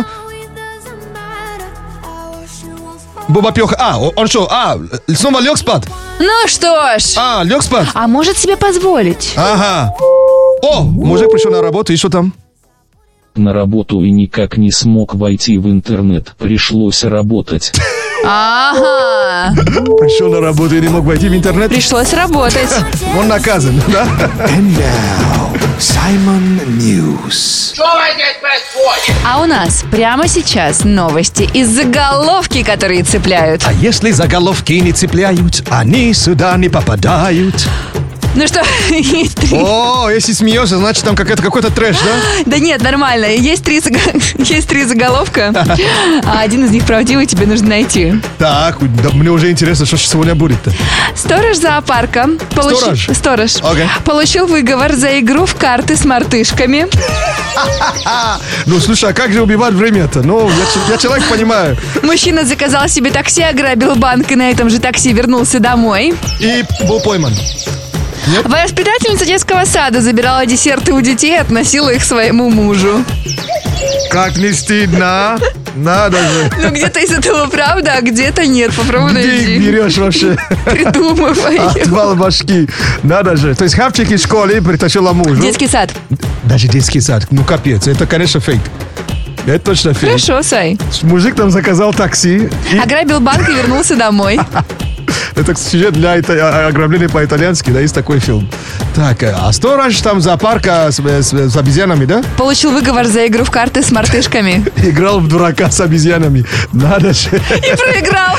Бубапеха. А, он что? А, снова лег спать? Ну что ж. А, лег спать? А может себе позволить? Ага. О, мужик пришел на работу, и что там? На работу и никак не смог войти в интернет. Пришлось работать. Ага. Пришел на работу и не мог войти в интернет. Пришлось работать. Он наказан, да? And now, Simon News. А у нас прямо сейчас новости из заголовки, которые цепляют. А если заголовки не цепляют, они сюда не попадают. Ну что, есть три... О, если смеешься, значит там какой-то, какой-то трэш, да? Да нет, нормально. Есть три, заг- есть три заголовка, а один из них правдивый, тебе нужно найти. Так, да, мне уже интересно, что сегодня будет-то. Сторож зоопарка получи- Сторож? Сторож. Окей. Получил выговор за игру в карты с мартышками. Ну, слушай, а как же убивать время-то? Ну, я, ч- я человек понимаю. Мужчина заказал себе такси, ограбил банк и на этом же такси вернулся домой. И был пойман. Воспитательница детского сада забирала десерты у детей и относила их своему мужу. Как не стыдно. Надо же. Ну, где-то из этого правда, а где-то нет. Попробуй Где их найти. берешь вообще? Придумывай. Отвал башки. Надо же. То есть хавчик из школы притащила мужу. Детский сад. Даже детский сад. Ну, капец. Это, конечно, фейк. Это точно фейк. Хорошо, Сай. Мужик там заказал такси. И Ограбил банк и вернулся домой. это сюжет для ита- ограбления по-итальянски, да, есть такой фильм. Так, а сторож там зоопарка с, с, с обезьянами, да? Получил выговор за игру в карты с мартышками. Играл в дурака с обезьянами. Надо же. И проиграл.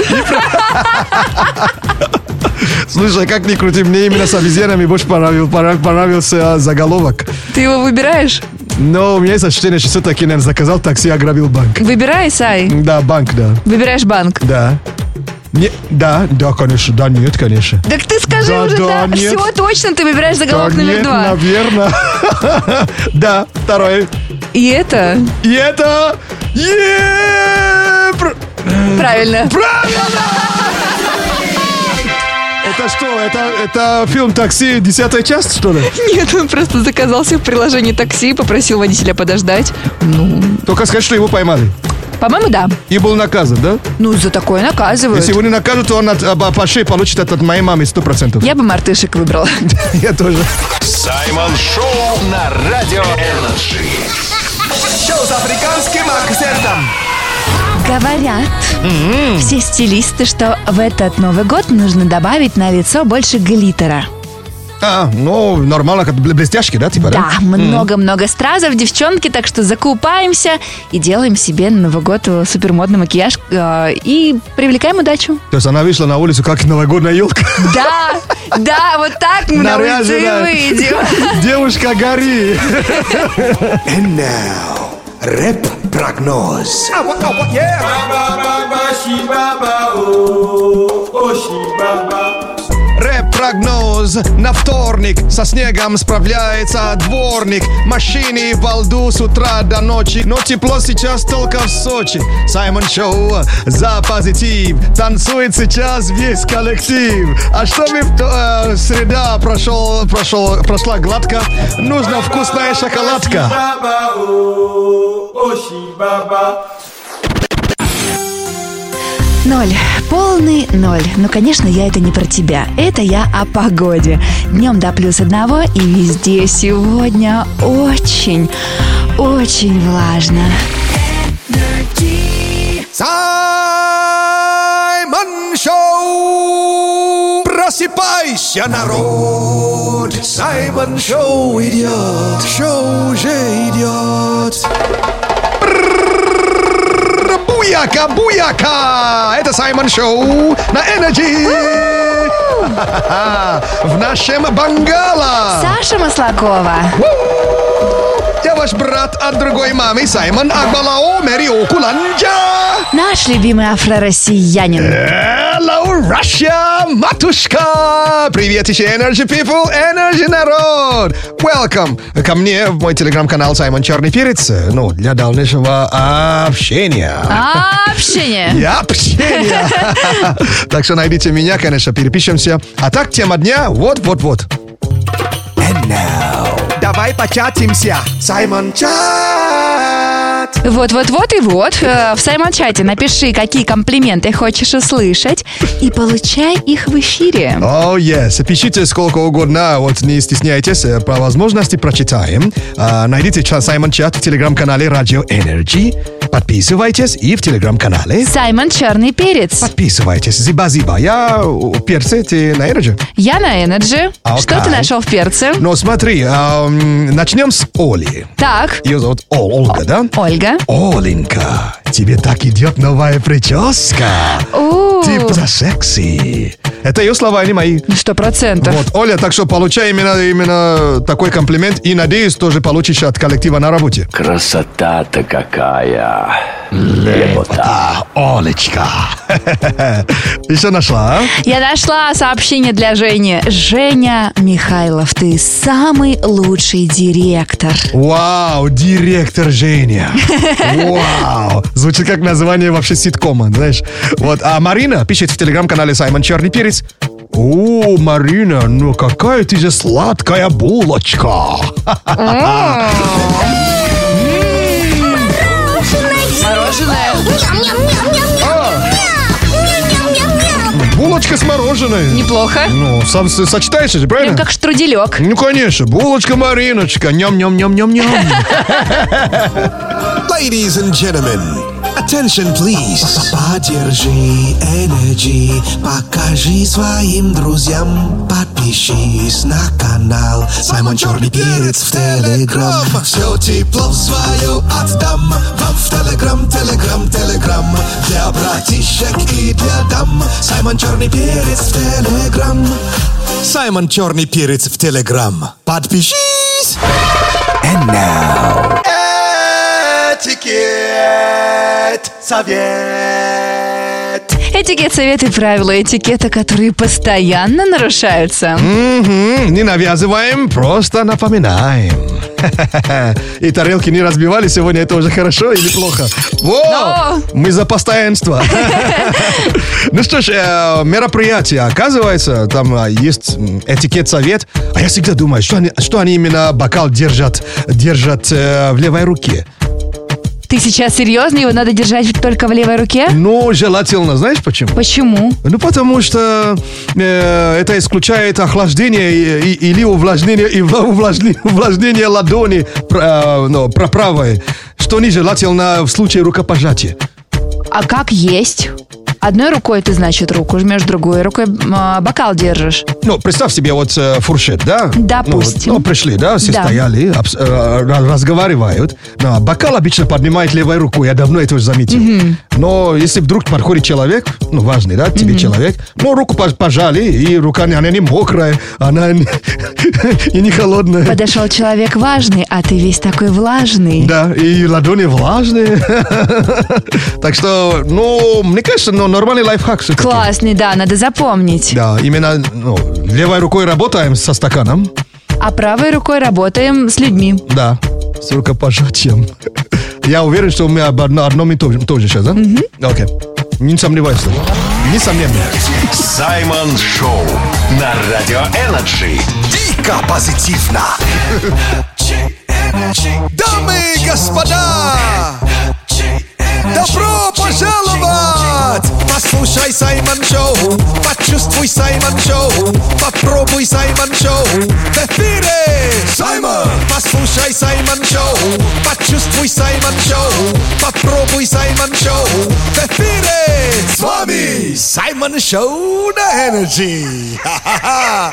Слушай, как ни крути, мне именно с обезьянами больше понравился, понравился заголовок. Ты его выбираешь? Но у меня есть ощущение, что все-таки, наверное, заказал такси и ограбил банк. Выбирай, Сай. Да, банк, да. Выбираешь банк. Да. Не, да, да, конечно, да, нет, конечно. Так ты скажи Да, уже, да, да. нет. Все точно, ты выбираешь заголовок Да, номер нет, два. наверное. Да, второй. И это И это... Е- пр- правильно. Правильно! Это что, это, это фильм «Такси», десятая часть, что ли? Нет, он просто заказал себе в приложении такси, попросил водителя подождать. Ну, Только сказать, что его поймали. по-моему, да. И был наказан, да? Ну, за такое наказывают. Если его не накажут, то он от, а, по шее получит от, от моей мамы сто процентов. Я бы мартышек выбрала. Я тоже. Саймон Шоу на Радио Энерджи. Шоу с африканским акцентом. Говорят все стилисты, что в этот Новый год нужно добавить на лицо больше глиттера. А, ну, нормально, как бле- блестяшки, да, типа, да? Да, много-много стразов, девчонки, так что закупаемся и делаем себе на Новый год супермодный макияж э, и привлекаем удачу. То есть она вышла на улицу, как новогодняя елка. Да, да, вот так мы на улицу и Наряженная. выйдем. Девушка, гори. And now, рэп-прогноз. Рэп-прогноз на вторник. Со снегом справляется дворник. Машины во льду с утра до ночи. Но тепло сейчас только в Сочи. Саймон Шоу за позитив. Танцует сейчас весь коллектив. А чтобы э, среда прошел, прошел, прошла гладко, нужна вкусная шоколадка. Ноль. Полный ноль. Ну, конечно, я это не про тебя. Это я о погоде. Днем до плюс одного, и везде сегодня очень, очень влажно. Саймон Шоу! Просыпайся, народ! Саймон Шоу идет! Шоу уже идет! Буяка, буяка! Это Саймон Шоу на Energy! В нашем бангало! Саша Маслакова. Я ваш брат от другой мамы, Саймон Акбалао Мэрио Куланджа! Наш любимый афро-россиянин. Hello, Russia, матушка! Привет еще, Energy People, Energy народ! Welcome ко мне в мой телеграм-канал Саймон Черный Перец, ну, для дальнейшего общения. Общение. И общения. Так что найдите меня, конечно, перепишемся. А так, тема дня, вот-вот-вот. And now, давай початимся! Саймон Чат! Вот-вот-вот и вот. Э, В Саймон-чате напиши, какие комплименты хочешь услышать, и получай их в эфире. О, oh, yes. Пишите сколько угодно, вот не стесняйтесь, э, по возможности прочитаем. А, найдите чат Саймон-чат в телеграм-канале Radio Energy. Подписывайтесь и в телеграм-канале. Саймон Черный Перец. Подписывайтесь. Зиба-зиба. Я у перце, ты на Energy. Я на Energy. Окей. Что ты нашел в перце? Ну, смотри, эм, начнем с Оли. Так. Ее зовут Ол, Ольга, да? Ольга. Оленька, тебе так идет новая прическа. У. Типа секси. Это ее слова, а не мои. Сто процентов. Вот, Оля, так что получай именно, именно такой комплимент и, надеюсь, тоже получишь от коллектива на работе. Красота-то какая. Лепота. А, Олечка. Еще нашла, а? Я нашла сообщение для Жени. Женя Михайлов, ты самый лучший директор. Вау, директор Женя. Вау. Звучит как название вообще ситкома, знаешь. Вот, а Марина пишет в телеграм-канале Саймон Черный Перец. О, Марина, ну какая ты же сладкая булочка. Мороженое. Булочка с мороженым. Неплохо. Ну, сам с- сочетаешь же, правильно? Прям как штруделек. Ну, конечно, булочка Мариночка. Ням-ням-ням-ням-ням. Ladies and gentlemen, attention please. Поддержи Energy, покажи своим друзьям. Подпишись на канал Саймон Черный Перец в Телеграм. Все тепло свое отдам вам в Телеграм, Телеграм, Телеграм. Для братишек и для дам. Саймон Черный Перец в Телеграм. Саймон Черный Перец в Телеграм. Подпишись. And now. Этикет, совет. Этикет, советы, правила этикета, которые постоянно нарушаются. Мгм, не навязываем, просто напоминаем. И тарелки не разбивали сегодня, это уже хорошо или плохо? Во! Но! Мы за постоянство. Ну что ж, э, мероприятие, оказывается, там а, есть м, этикет-совет. А я всегда думаю, что они, что они именно бокал держат, держат э, в левой руке. Ты сейчас серьезно? Его надо держать только в левой руке? Ну, желательно, знаешь почему? Почему? Ну, потому что э, это исключает охлаждение и, и- или увлажнение, и вла- увлажни- увлажнение ладони пра- э, ну, про- правой, что нежелательно в случае рукопожатия. А как есть? Одной рукой ты, значит, руку жмешь, другой рукой а, бокал держишь. Ну, представь себе вот э, фуршет, да? Допустим. Ну, ну, пришли, да, все Да. стояли, обс- э, ra- разговаривают. Ну, а бокал обычно поднимает левой рукой, я давно это уже заметил. Но если вдруг подходит человек, ну, важный, да, тебе человек, ну, руку пож- пожали, и рука, она не мокрая, она не- и не холодная. Подошел человек важный, а ты весь такой влажный. Да, и ладони влажные. Так что, ну, мне кажется, ну, нормальный лайфхак все-таки. Классный, да, надо запомнить. Да, именно ну, левой рукой работаем со стаканом. А правой рукой работаем с людьми. Да, с рукопожатием. Я уверен, что у меня об одно- одном и том же, тоже сейчас, да? Окей. Не сомневайся. Несомненно. Саймон Шоу на Радио Энерджи. Дико позитивно. Дамы и господа, добро пожаловать! Послушай Саймон Шоу, почувствуй Саймон Шоу, попробуй Саймон Шоу в эфире. Саймон! Послушай Саймон Шоу, почувствуй Саймон Шоу, попробуй Саймон Шоу в эфире. С вами Саймон Шоу на Energy. Ха-ха-ха.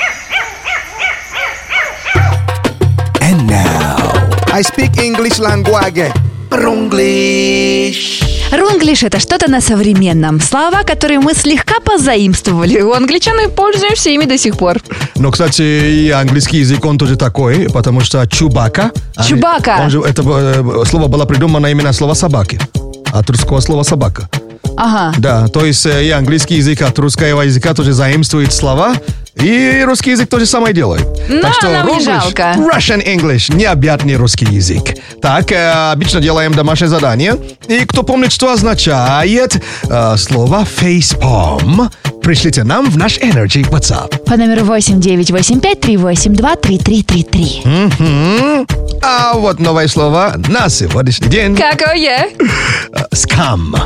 And now, I speak English language. Runglish. Рунглиш — это что-то на современном. Слова, которые мы слегка позаимствовали у англичан и пользуемся ими до сих пор. Но, кстати, и английский язык, он тоже такой, потому что Чубака... Чубака. Он же, это э, слово было придумано именно от слова собаки. От русского слова собака. Ага. Да, то есть э, и английский язык от русского языка тоже заимствует слова, и русский язык то же самое делает. Но так что нам не Runglish, жалко. Russian English, необъятный русский язык. Так, э, обычно делаем домашнее задание. И кто помнит, что означает э, слово facepalm, пришлите нам в наш Energy WhatsApp. По номеру восемь девять восемь пять три восемь два три три три три. Мгм. А вот новое слово на сегодняшний день. Какое? Скам.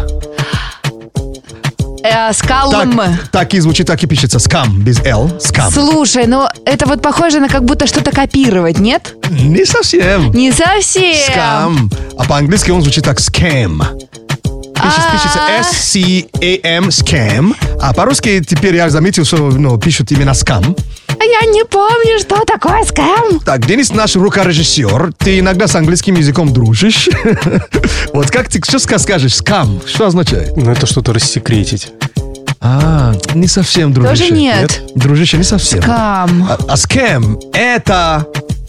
Э, скалм. Так, так и звучит, так и пишется. Скам, без Л. Скам. Слушай, ну это вот похоже на как будто что-то копировать, нет? Не совсем. Не совсем. Скам. А по-английски он звучит так scam. Пишется, пишется S-C-A-M, scam. А по-русски теперь я заметил, что ну, пишут именно скам. Я не помню, что такое скам. Так, Денис наш рукорежиссер. Ты иногда с английским языком дружишь. Вот как ты, что скажешь? Скам, что означает? Ну, это что-то рассекретить. А, не совсем, дружище. Тоже нет. Дружище, не совсем. Скам. А, а скэм – это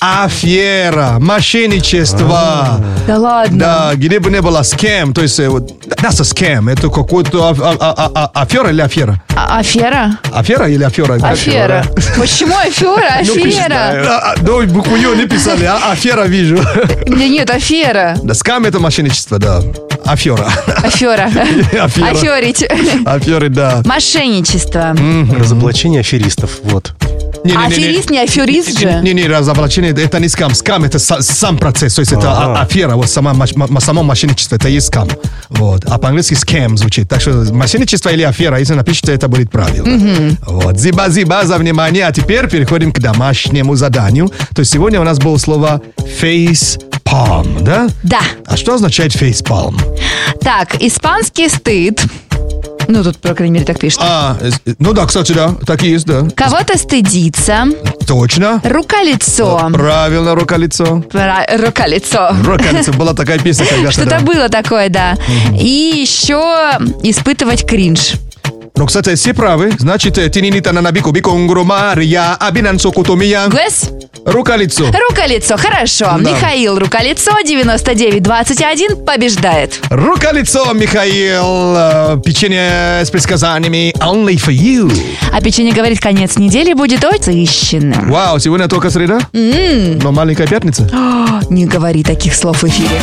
афера, мошенничество. Да ладно. Да, где бы не было скэм, то есть, вот, that's a scam, это какой-то а, а, а, а, афера или афера? А- афера? Афера или афера? Афера. Почему афера? Ну, пишет, Афера. да, да, букву Ё не писали, а афера вижу. Да нет, афера. Да, скам – это мошенничество, да. Афера. Афера. Афера. Аферить. Аферы, да. Мошенничество. Разоблачение аферистов, вот. Аферист, не аферист же. Не-не, разоблачение, это не скам. Скам это са- сам процесс, то есть это Ага. а- афера, вот сама, маш- ма- само мошенничество, это и есть скам. Вот. А по-английски scam звучит. Так что мошенничество или афера, если напишите, это будет правильно. Вот. Зиба-зиба за внимание. А теперь переходим к домашнему заданию. То есть сегодня у нас было слово face palm, да? Да. А что означает face palm? Так, испанский стыд. Ну, тут, по крайней мере, так пишет. А, э, ну да, кстати, да, так и есть, да. Кого-то стыдиться. Точно. Рука-лицо. Правильно, рука-лицо. Пра- Рука-лицо. Рука-лицо. Была такая песня когда-то. Что-то да. было такое, да. И еще испытывать кринж. Ну, кстати, все правы. Значит, тининита на набику биконгуру Мария, абинан сокутомия. Гэс? Рука-лицо. Рука-лицо, хорошо. Да. Михаил Рука-лицо, девяносто девять двадцать один, побеждает. Рука-лицо, Михаил. Э, Печенье с предсказаниями only for you. А печенье говорит, конец недели будет очень насыщенным. Вау, сегодня только среда? М. Но маленькая пятница. О, не говори таких слов в эфире.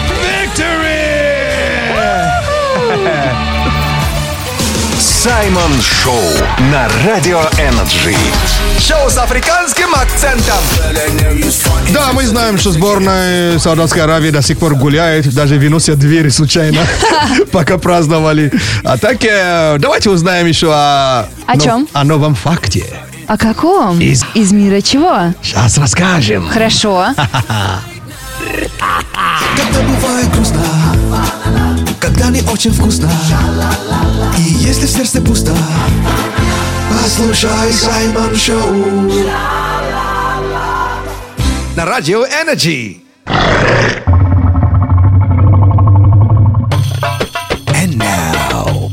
Саймон Шоу на Радио Энерджи. Шоу с африканским акцентом. Да, мы знаем, что сборная Саудовской Аравии до сих пор гуляет, даже выносят двери случайно, пока праздновали. А так, э, давайте узнаем еще о, О чем? о новом факте. О каком? Из- Из мира чего? Сейчас расскажем. Хорошо. Когда бывает грустно, когда не очень вкусно, и если в сердце пусто, послушай Саймон Шоу На радио Energy. And now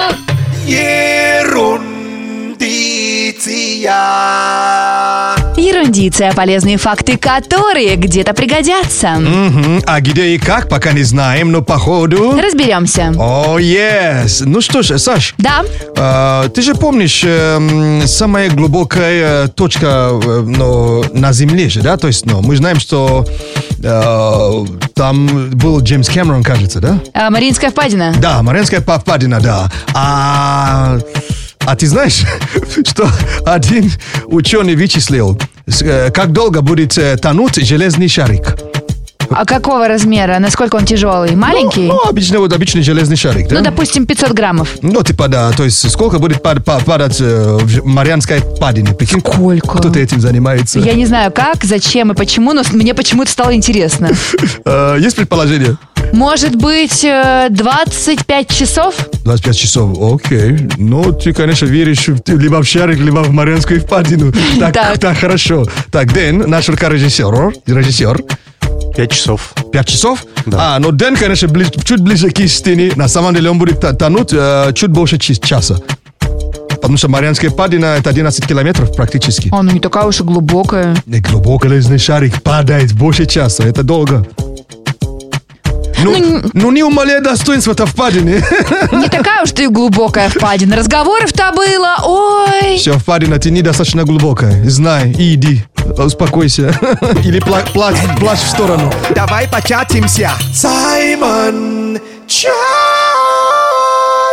Ерундиция. Ерундиция, полезные факты, которые где-то пригодятся. Мгм. А где и как, пока не знаем, но походу... Разберемся. О, yes. Ну что ж, Саш, Да. э, ты же помнишь эм, самая глубокая точка э, ну, на Земле же, да? То есть, ну, мы знаем, что э, там был Джеймс Кэмерон, кажется, да? А, Мариинская впадина. Да, Марианская впадина, да. А, а ты знаешь, что один ученый вычислил, с- э, как долго будет э, тонуть железный шарик? А какого размера? Насколько он тяжелый? Маленький? Ну, обычный, вот, обычный железный шарик, да? Ну, допустим, пятьсот граммов. Ну, типа, да, то есть сколько будет пад- па- падать э, в Ж- Марианской впадине? Прикинь, Сколько? кто-то этим занимается. Я не знаю, как, зачем и почему, но мне почему-то стало интересно. Э, есть предположение? Может быть, э, двадцать пять часов? двадцать пять часов, окей. Ну, ты, конечно, веришь в- либо в шарик, либо в Марианскую впадину. Так, Так. так хорошо. Так, Дэн, наш рукорежиссер, режиссер, Пять часов. пять часов? Да. А, ну Дэн, конечно, бли- чуть ближе к истине. На самом деле он будет та- тонуть э, чуть больше чи- часа. Потому что Марианская впадина это одиннадцать километров практически. А, ну не такая уж и глубокая. И глубокий железный шарик падает больше часа. Это долго. Ну, ну не умаляй достоинства-то впадины. Не такая уж ты и глубокая впадина. Разговоров-то было, ой. Все, впадина, ты недостаточно глубокая. Знай и иди. Успокойся. Или пла- плачь, плачь в сторону. Давай початимся. Саймон Чат.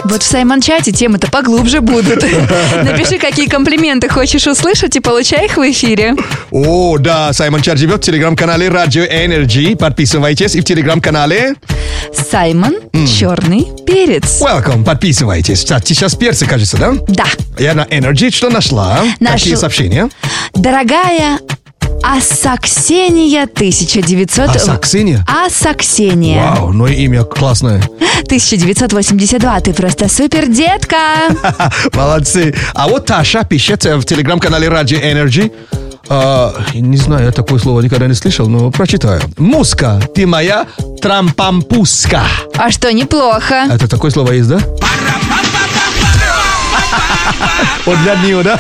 Вот в Саймон-чате темы-то поглубже будут. Напиши, какие комплименты хочешь услышать, и получай их в эфире. О, да, Саймон-чат живет в телеграм-канале Radio Energy. Подписывайтесь. И в телеграм-канале Саймон Черный Перец. Welcome, подписывайтесь. Сейчас перцы, кажется, да? Да. Я на Energy что нашла? Нашел. Какие сообщения? Дорогая Асаксения тысяча девятьсот... Асаксения? Асаксения. Вау, ну и имя классное. тысяча девятьсот восемьдесят два. Ты просто супер, детка. Молодцы. А вот Таша пишет в телеграм-канале Radio Energy. Uh, не знаю, я такое слово никогда не слышал, но прочитаю. Муска, ты моя трампампуска. А что, неплохо. Это такое слово есть, да? Вот для нее, да?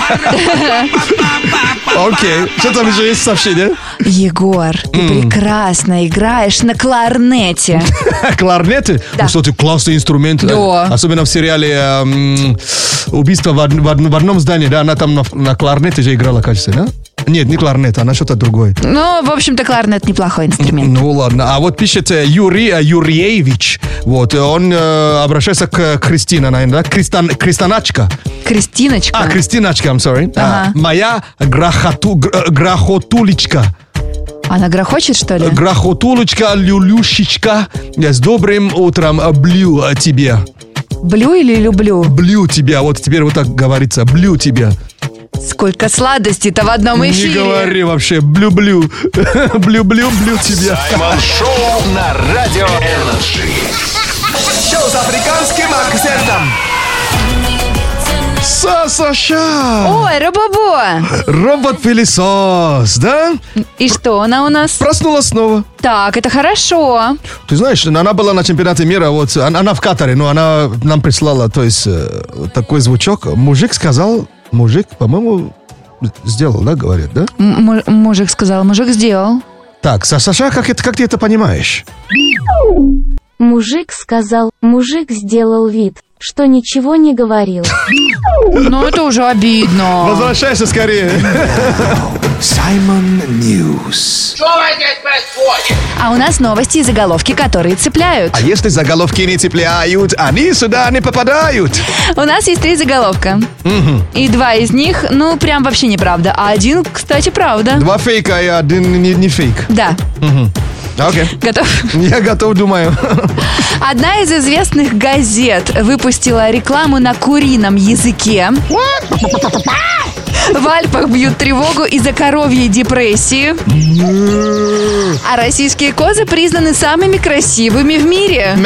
Окей. Что там еще есть сообщение? Егор, ты прекрасно играешь на кларнете. Кларнеты? Да. Ну что, ты классный инструмент. Да. Особенно в сериале эм, «Убийство в, од- в, од- в одном здании», да? Она там на, на кларнете же играла, кажется, да? Нет, не кларнет, она что-то другое. Ну, в общем-то, кларнет неплохой инструмент. Ну ладно, а вот пишет э, Юрий э, Юрьевич. Вот, он э, обращается к Кристине, наверное, да? Кристан, Кристаначка. Кристиночка. А, Кристиначка, I'm sorry. Ага. А, моя грохоту, гр- грохотулечка. Она грохочет, что ли? Грохотулечка, люлюшечка. С добрым утром, блю тебе. Блю или люблю? Блю тебя, вот теперь вот так говорится, блю тебя. Сколько сладостей-то в одном эфире. Не говори вообще, блю-блю. Блю-блю, блю тебя. Саймон Шоу на Радио Энерджи. Шоу с африканским акцентом. Са-Саша! Ой, Робобо! Робот-пылесос, да? И что она у нас? Проснулась снова. Так, это хорошо. Ты знаешь, она была на чемпионате мира, вот, она, она в Катаре, но она нам прислала, то есть, э, такой звучок. Мужик сказал, мужик, по-моему, сделал, да, говорят, да? М- мужик сказал, мужик сделал. Так, Саша, как, это, как ты это понимаешь? Мужик сказал, мужик сделал вид, что ничего не говорил. Ну, это уже обидно. Возвращайся скорее. Саймон Ньюс. А у нас новости и заголовки, которые цепляют. А если заголовки не цепляют, они сюда не попадают. У нас есть три заголовка. И два из них, ну, прям вообще неправда. А один, кстати, правда. Два фейка и один не, не фейк. Да. Окей. Готов? Я готов, думаю. Одна из известных газет выпустила рекламу на курином языке. В Альпах бьют тревогу из-за коровьей депрессии. А российские козы признаны самыми красивыми в мире.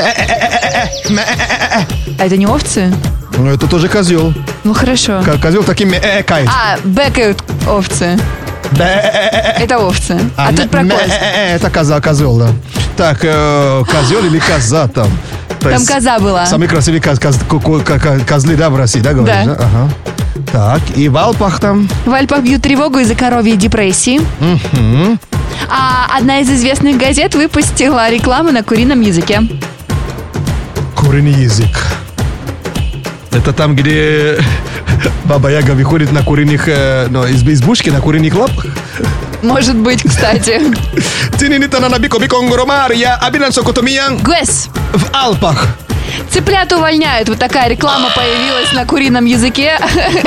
А это не овцы? Ну, это тоже козел. Ну, хорошо. К- Козел таким экает. А, бэкают овцы. Это овцы. А тут про коз. Это коза, козел, да. Так, э, козел или коза там? То Там есть коза была. Самые красивые коз- коз- ко- ко- ко- козлы, да, в России, да, говоришь? Да. Ага. Так, и в Алпах там? В Альпах бьют тревогу из-за коровьей депрессии. А одна из известных газет выпустила рекламу на курином языке. Куриный язык. Это там, где Баба Яга выходит на куриных, э, ну, из избушки на куриных лапах? Может быть, кстати. Гуэс. В Алпах. Цыплят увольняют. Вот такая реклама появилась на курином языке.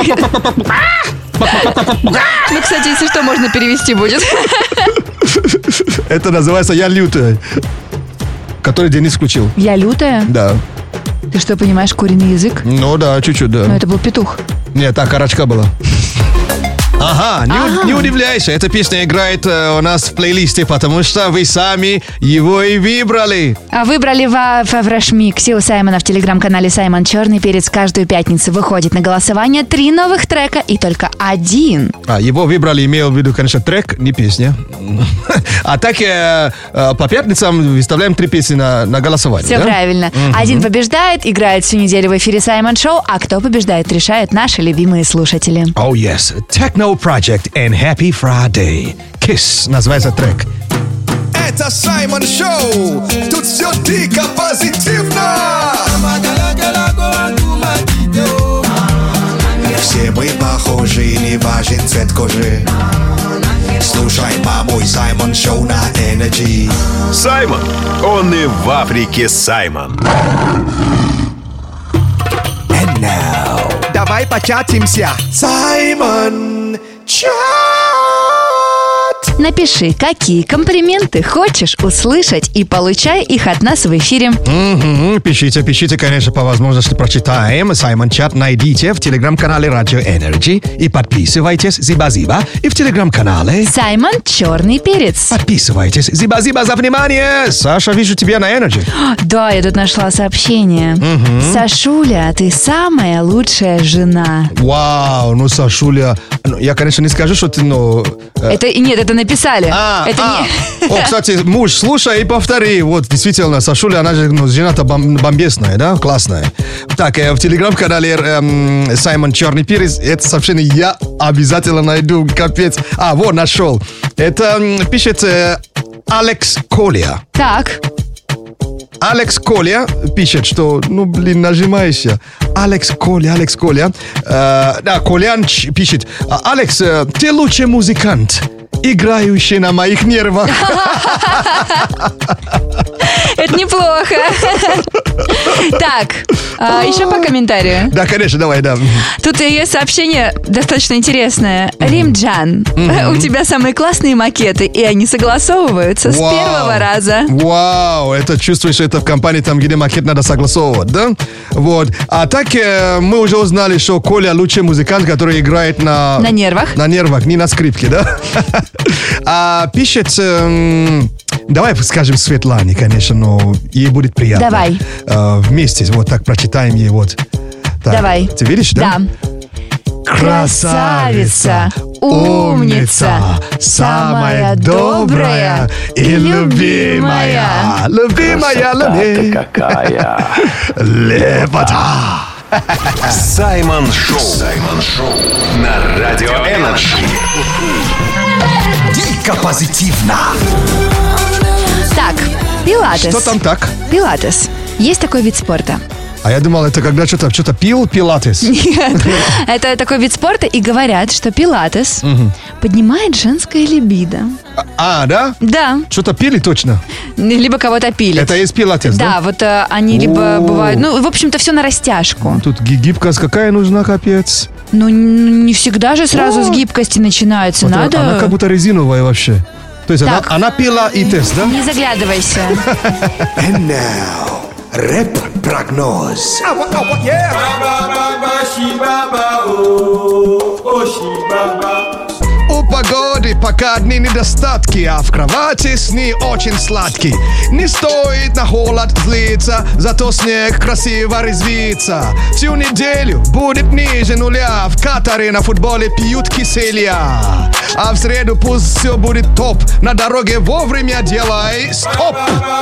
Ну, кстати, если что, можно перевести будет. Это называется «Я лютая», который Денис включил. Я лютая? Да. Ты что, понимаешь куриный язык? Ну да, чуть-чуть, да. Ну, это был петух. Нет, так, карачка была. Ага, не, ага. не удивляйся, эта песня играет э, у нас в плейлисте, потому что вы сами его и выбрали. А выбрали во Февреш Миксе у Саймона в телеграм-канале Саймон Черный Перец. Каждую пятницу выходит на голосование три новых трека и только один. А, его выбрали, имел в виду, конечно, трек, не песня. А так э, э, по пятницам выставляем три песни на, на голосование. Все да? правильно. Угу. Один побеждает, играет всю неделю в эфире Саймон Шоу, а кто побеждает, решают наши любимые слушатели. Oh yes, Techno Project and Happy Friday. Kiss называется трек. Это Саймон Шоу. Тут все дико позитивно. Все мы похожи, не важен цвет кожи. Слушай, мамой, Саймон Шоу на Energy. Саймон. Он и в Африке Саймон. давай початимся. Саймон Чат. Напиши, какие комплименты хочешь услышать, и получай их от нас в эфире. Угу, пишите, пишите, конечно, по возможности прочитаем. Саймон Чат найдите в телеграм-канале Radio Energy и подписывайтесь, зиба-зиба, и в телеграм-канале Саймон Черный Перец. Подписывайтесь, зиба-зиба, за внимание. Саша, вижу тебя на Energy. Да, я тут нашла сообщение. Угу. Сашуля, ты самая лучшая жена. Вау, ну, Сашуля, ну, я, конечно, не скажу, что ты, ну... э, Это нет, это написали. А, это а. не. О, кстати, муж, слушай и повтори. Вот, действительно, Сашуля, она же, ну, жена-то бом- бомбесная, да? Классная. Так, э, в телеграм-канале эм, Саймон Черный Перец, это сообщение я обязательно найду, капец. А, вот, нашел. Это м, пишет э, Алекс Коля. Так. Алекс Коля пишет, что, ну, блин, нажимаешься. Алекс Коля, Алекс Коля. Э, да, Колян ч- пишет. Алекс, э, ты лучший музыкант, играющий на моих нервах. Это неплохо. Так, а, еще по комментарию. Да, конечно, давай, да. Тут есть сообщение достаточно интересное. Римджан, у тебя самые классные макеты, и они согласовываются с Вау. первого раза. Вау, это чувствуешь, это в компании, там, где макет надо согласовывать, да? Вот. А так э, мы уже узнали, что Коля лучший музыкант, который играет на... На нервах. На нервах, не на скрипке, да? А пишет... эм, Давай скажем Светлане, конечно, но ей будет приятно. Давай. Э, Вместе вот так прочитаем ей вот. Так, Давай. Ты видишь, да? Да. Красавица, умница, самая добрая и любимая. Любимая, любимая. какая. Лепота. Саймон Шоу. Саймон Шоу. На Радио Энерджи. Дико позитивно. Так, пилатес. Что там так? Пилатес. Есть такой вид спорта. А я думал, это когда что-то что-то пил, пилатес. Нет, это такой вид спорта, и говорят, что пилатес поднимает женское либидо. А, да? Да, Что-то пили точно? либо кого-то пилит. Это есть пилатес, да? Да, вот э, они либо О. бывают, ну, в общем-то, все на растяжку. Тут ги- гибкость какая нужна, капец. Ну, н- не всегда же сразу с гибкости начинается. Вот Надо... Она как будто резиновая вообще. То есть она, Так. она пила и тест, да? Не заглядывайся. And now, рэп-прогноз. У погоды пока одни недостатки, а в кровати сны очень сладкие. Не стоит на холод злиться, зато снег красиво резвится. Всю неделю будет ниже нуля, в Катаре на футболе пьют киселья. А в среду пусть все будет топ, на дороге вовремя делай стоп.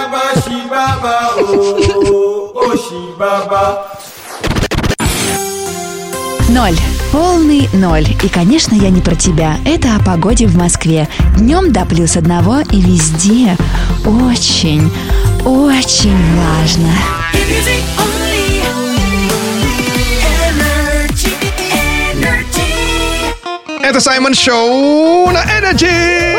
Ноль. Полный ноль. И, конечно, я не про тебя. Это о погоде в Москве. Днем до плюс одного и везде очень, очень влажно. Это Саймон Шоу на Energy.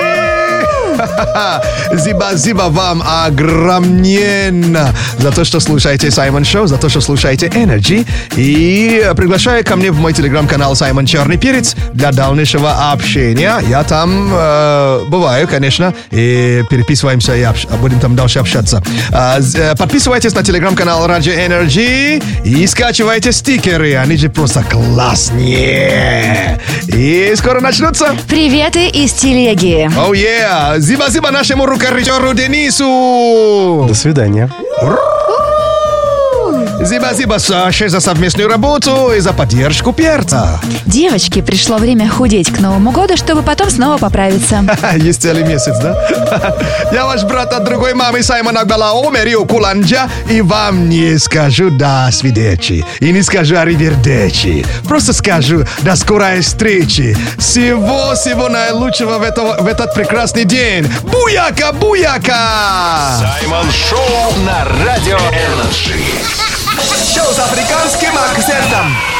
Зиба-зиба вам огромненно за то, что слушаете Саймон Шоу, за то, что слушаете Energy. И приглашаю ко мне в мой телеграм-канал Саймон Черный Перец для дальнейшего общения. Я там э, бываю, конечно, и переписываемся и общ- будем там дальше общаться. А, з- э, подписывайтесь на телеграм-канал Radio Energy и скачивайте стикеры. Они же просто классные. И скоро начнутся. Приветы из телеги. Оу, oh, yeah! Зиба-зиба нашему рукорежиссеру Денису! До свидания. Зиба-зиба Саше за совместную работу и за поддержку перца. Девочки, пришло время худеть к Новому году, чтобы потом снова поправиться. Есть целый месяц, да? Я ваш брат от другой мамы Саймон Акбалао, Мерио Куланджа, и вам не скажу до свидечи, и не скажу аривидерчи. Просто скажу до скорой встречи. Всего-всего наилучшего в, это, в этот прекрасный день. Буяка, буяка! Саймон Шоу на Радио Энерджи. Шоу с африканским акцентом.